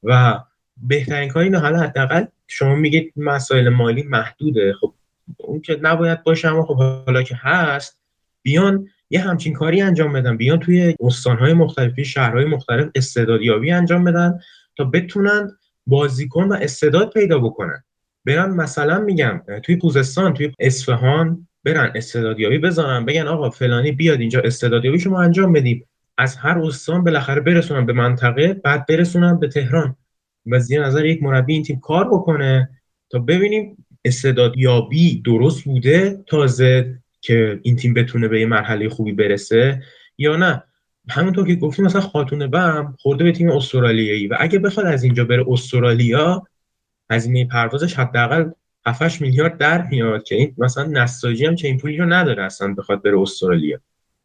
و بهترین کار اینه، حالا حداقل شما میگید مسائل مالی محدوده، خب اون که نباید باشه، اما خب حالا که هست بیان یه همچین کاری انجام بدن، بیان توی استان‌های مختلف، شهرهای مختلف استعدادیابی انجام بدن تا بتونن بازیکن و استعداد پیدا بکنن. برن مثلا میگم توی خوزستان، توی اصفهان برن استعدادیابی بزنن، بگن آقا فلانی بیاد اینجا استعدادیابی شما انجام بدیم، از هر استان بالاخره برسونن به منطقه، بعد برسونن به تهران و زیر نظر یک مربی این تیم کار بکنه تا ببینیم استعدادیابی درست بوده تازه که این تیم بتونه به یه مرحله خوبی برسه یا نه. همونطور که گفتیم مثلا خاتون بم خورده به تیم استرالیایی و اگه بخواد از اینجا بره استرالیا، هزینه پروازش حداقل 7 میلیارد در میاد که این مثلا نساجی هم چه این پولی رو نداره اصلا بخواد بره استرالیا.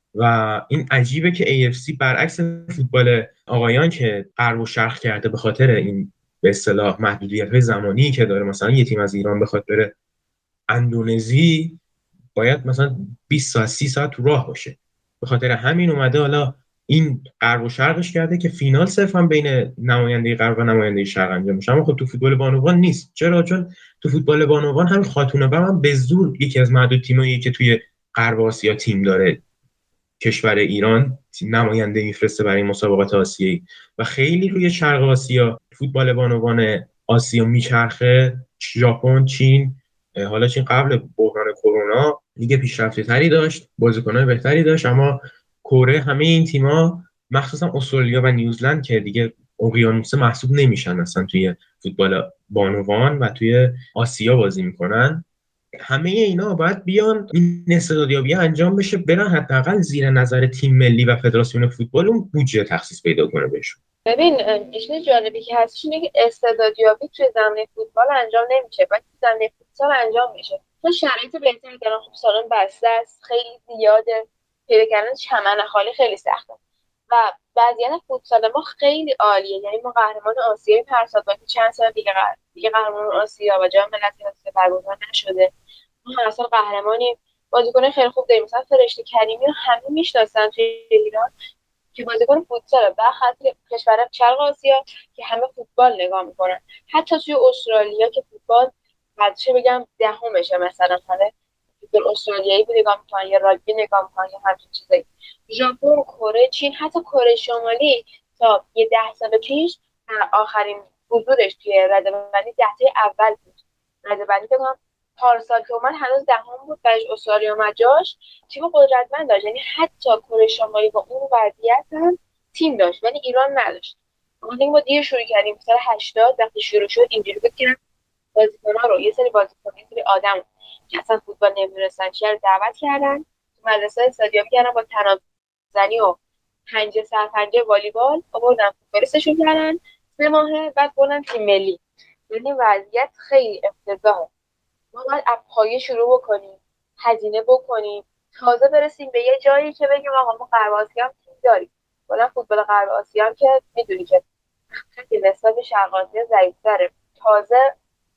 و این عجیبه که AFC برعکس فوتبال آقایان که غرب و شرق کرده به خاطر این به اصطلاح محدودیت‌های زمانی که داره، مثلا یه تیم از ایران بخواد بره اندونزی باید مثلا 20 ساعت 30 ساعت تو راه باشه، به خاطر همین اومده حالا این غرب و شرقش کرده که فینال صرفا بین نماینده غرب و نماینده شرق انجام میشه. اما خب تو فوتبال بانوان نیست. چرا؟ چون تو فوتبال بانوان هم خاتون بم هم به زور یکی از معدود تیمایی که توی غرب آسیا تیم داره، کشور ایران نماینده میفرسته برای مسابقات آسیایی و خیلی روی شرق آسیا فوتبال بانوان آسیا میچرخه. ژاپن، چین، حالا چین قبل بحران کرونا لیگ پیشرفته تری داشت، بازیکنان بهتری داشت، اما کره همه این تیما مخصوصا استرالیا و نیوزلند که دیگه اقیانوس محسوب نمیشن اصلا توی فوتبال بانوان و توی آسیا بازی میکنن، همه اینا باید بیان این استعدادیابی انجام بشه، برن حداقل زیر نظر تیم ملی و فدراسیون فوتبال اون بودجه تخصیص پیدا کنه بهشون. ببین چیز جالبی که هستش اینه که استعدادیابی توی زمینه فوتبال انجام نمیشه، باید توی زمینه فوتسال انجام میشه. تو شرایط بهتری دارن، خب سالن بسته است، خیلی زیاده، پیدا کردن چمن خالی خیلی سخته و وضعیت فوتسال ما خیلی عالیه. یعنی ما قهرمان آسیای پرساد با چند سال دیگه قهرمان آسیا و جام ملت‌های آسیا برگزار نشده، ما هر سال قهرمانیم. بازیکن خیلی خوب داریم، مثلا فرشته کریمی رو همه میشناسن توی ایران که بازیکن فوتسال در خط کشور شرق آسیا که همه فوتبال نگاه میکنن. حتی توی استرالیا که فوتبال بعدش بگم دهمشه مثلا، همه فوتبال استرالیایی رو نگاه میکنن یا راگبی نگاه میکنن یا همچین چیزایی. ژاپن، کره، چین، حتی کره شمالی تا یه 10 سال پیش در آخرین حضورش توی رده‌بندی 10 اول بود. رده‌بندی فکر کنم پارسال که اومد هنوز دهم بود، بعدش استرالیا اومد جاش. تیم قدرتمند داشت، یعنی حتی کره شمالی با اون وضعیت هم تیم داشت ولی ایران نداشت. ما دیر شروع کردیم، سال 80 وقتی شروع شد اینجوری بود که بازیکن‌ها رو یه سری آدم که اصلا فوتبال نمی‌دونستن چیه رو دعوت کردن تو مدرسه استادیوم، کردن با تنابزنی و پنجه سرپنجه والیبال آوردن فوتبالیستشون کردن 3 ماه، بعد بردن تیم ملی. یعنی وضعیت خیلی افتضاحه. ما باید از پایه شروع بکنیم، هزینه بکنیم، تازه برسیم به یه جایی که بگیم آقا ما غرب آسیا هم تیم داریم. والا فوتبال غرب آسیا هم که میدونی که خیلی نسبت به شرق آسیا ضعیف‌تره. تازه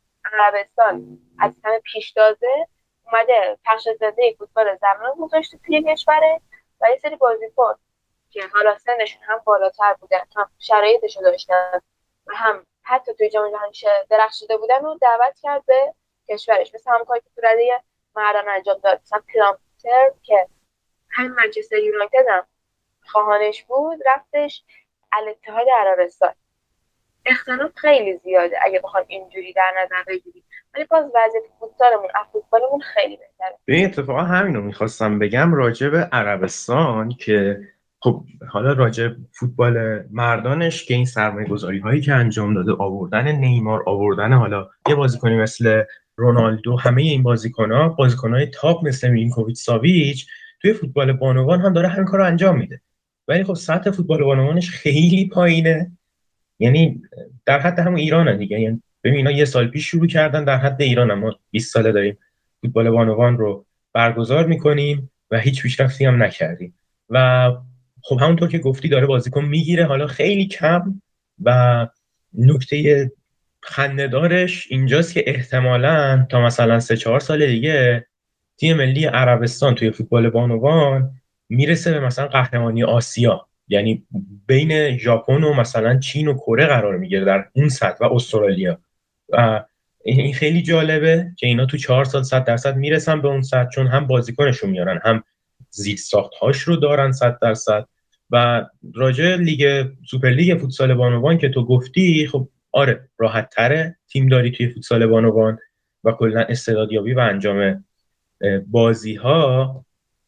عربستان از همه پیشتازه اومده پخش زنده فوتبال زنان گذاشته توی کشوره و یه سری بازیکن که حالا سنشون هم بالاتر بودن، هم شرایطشو داشتن و هم حتی توی جام جهانی درخشیده بودن رو دعوت کرد به کشورش. مثل هم کاری که تو رده مردان انجام داد، مثلا پیرامتر که همین منچستر یونایتد هم خواهانش بود رفتش الاتحاد عربستان. اختلاف خیلی زیاده اگه بخوام اینجوری در نظر بگیریم، ولی باز وضعیت فوتبالمون خیلی بهتره. به این اتفاقا همین رو میخواستم بگم راجع به عربستان که خب حالا راجع فوتبال مردانش که این سرمایه‌گذاری هایی که انجام داده، آوردن نیمار، آوردن حالا یه بازیکنی مثل رونالدو، همه این بازیکن‌های تاپ مثل میلینکوویچ ساویچ توی فوتبال بانوان هم داره همین کارو انجام میده. ولی خب سطح فوتبال بانوانش خیلی پایینه، یعنی در حد همون ایرانه دیگه. یعنی ببین اینا یه سال پیش شروع کردن، در حد ایران ما 20 ساله داریم فوتبال بانوان رو برگزار میکنیم و هیچ پیشرفتی هم نکردیم. و خب همونطور که گفتی داره بازیکن میگیره، حالا خیلی کم. و نکته خنده‌دارش اینجاست که احتمالاً تا مثلا 3-4 سال دیگه تیم ملی عربستان توی فوتبال بانوان میرسه به مثلا قهرمانی آسیا، یعنی بین ژاپن و مثلا چین و کره قرار میگیره در اون سطح و استرالیا. و این خیلی جالبه که اینا تو 4 سال 100% میرسن به اون سطح، چون هم بازیکنشون میارن، هم زیر ساخت‌هاش رو دارن 100%. و راجع لیگ سوپر لیگ فوتسال بانوان که تو گفتی، خب آره راحت تره تیم داری توی فوتسال بانوان و کلا استعدادیابی و انجام بازی ها.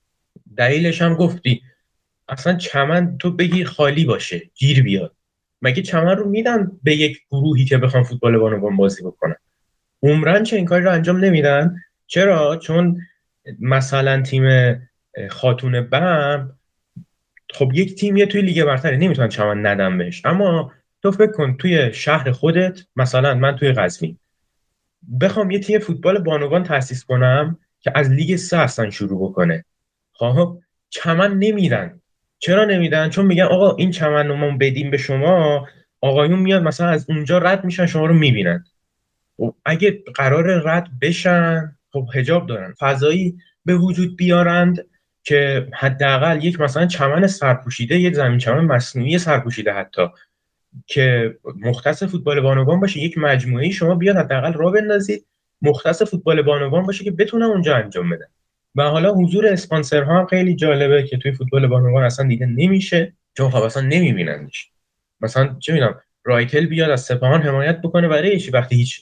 دلیلش هم گفتی، اصلا چمن تو بگی خالی باشه گیر بیاد، مگه چمن رو میدن به یک گروهی که بخوان فوتبال بانوان بازی بکنن؟ عمرن چه این کاری رو انجام نمیدن. چرا؟ چون مثلا تیم خاتون بم خب یک تیمیه توی لیگ برتره، نمیتونن چمن ندن بهش. اما تو فکر کن توی شهر خودت، مثلا من توی قزوین بخوام یه تیم فوتبال بانوان تأسیس کنم که از لیگ 3 اصلا شروع بکنه، خب چمن نمیدن. چرا نمیدن؟ چون میگن آقا این چمن رو ما بدیم به شما، آقایون میاد مثلا از اونجا رد میشن شما رو میبینن. و اگه قرار رد بشن، خب حجاب دارن، فضایی به وجود بیارند که حداقل یک مثلا چمن سرپوشیده، یک زمین چمن مصنوعی سرپوشیده حتی که مختص فوتبال بانوان باشه، یک مجموعه شما بیاد حداقل راه بندازید مختص فوتبال بانوان باشه که بتونن اونجا انجام بدن. و حالا حضور اسپانسرها هم خیلی جالبه که توی فوتبال بانوان اصلا دیده نمیشه، چون خب اصلا نمیبینندش. مثلا چه میدونم رایتل بیاد از سپاهان حمایت بکنه برای چی وقتی هیچ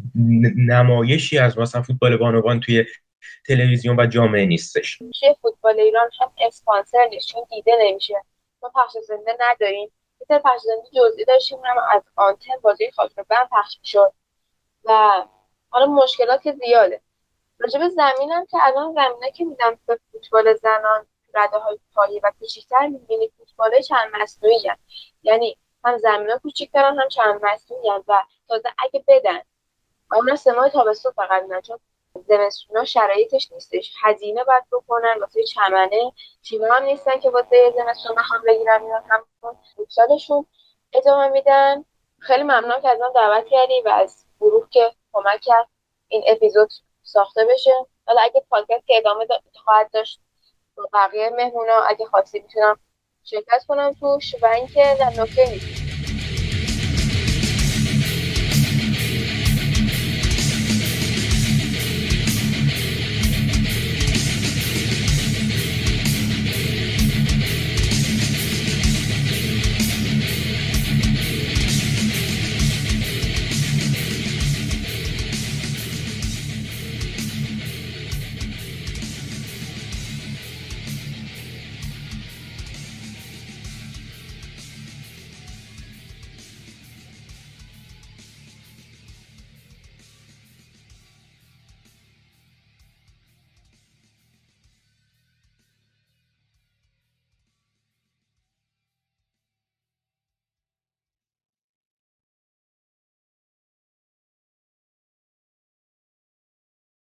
نمایشی از مثلا فوتبال بانوان توی تلویزیون و جامعه نیستش. میشه فوتبال ایران هم اسپانسر نیست چون دیده نمیشه. ما پخش زنده نداریم. یه پخش زنده جزئی داشتیم، هم از آنتن بازی خاطر بم پخش میشد و حالا مشکلات که زیاده. راجب زمینم که الان زمینه که میدم به فوتبال زنان رده های پایه و کوچیک‌تر می‌بینی فوتبال چند مصنوعی هست. یعنی هم زمینا کوچیک‌ترن هم چند مصنوعی هست و تازه اگه بدن اونا 3 ماه تابستون فقط میدن، چون زمستونا شرایطش نیستش، هزینه باید بکنن واسه چمنه، تیم‌ها هم نیستن که واسه زمستون بخوام بگیرن، میان همون فوتسالشون ادامه میدن. خیلی ممنونم که از من دعوت کردی و از گروه که کمک کرد این اپیزود ساخته بشه. حالا اگه پادکست که ادامه خواهد داشت با بقیه مهمونا اگه خواستی میتونم شرکت کنم توش و اینکه در نکته نیست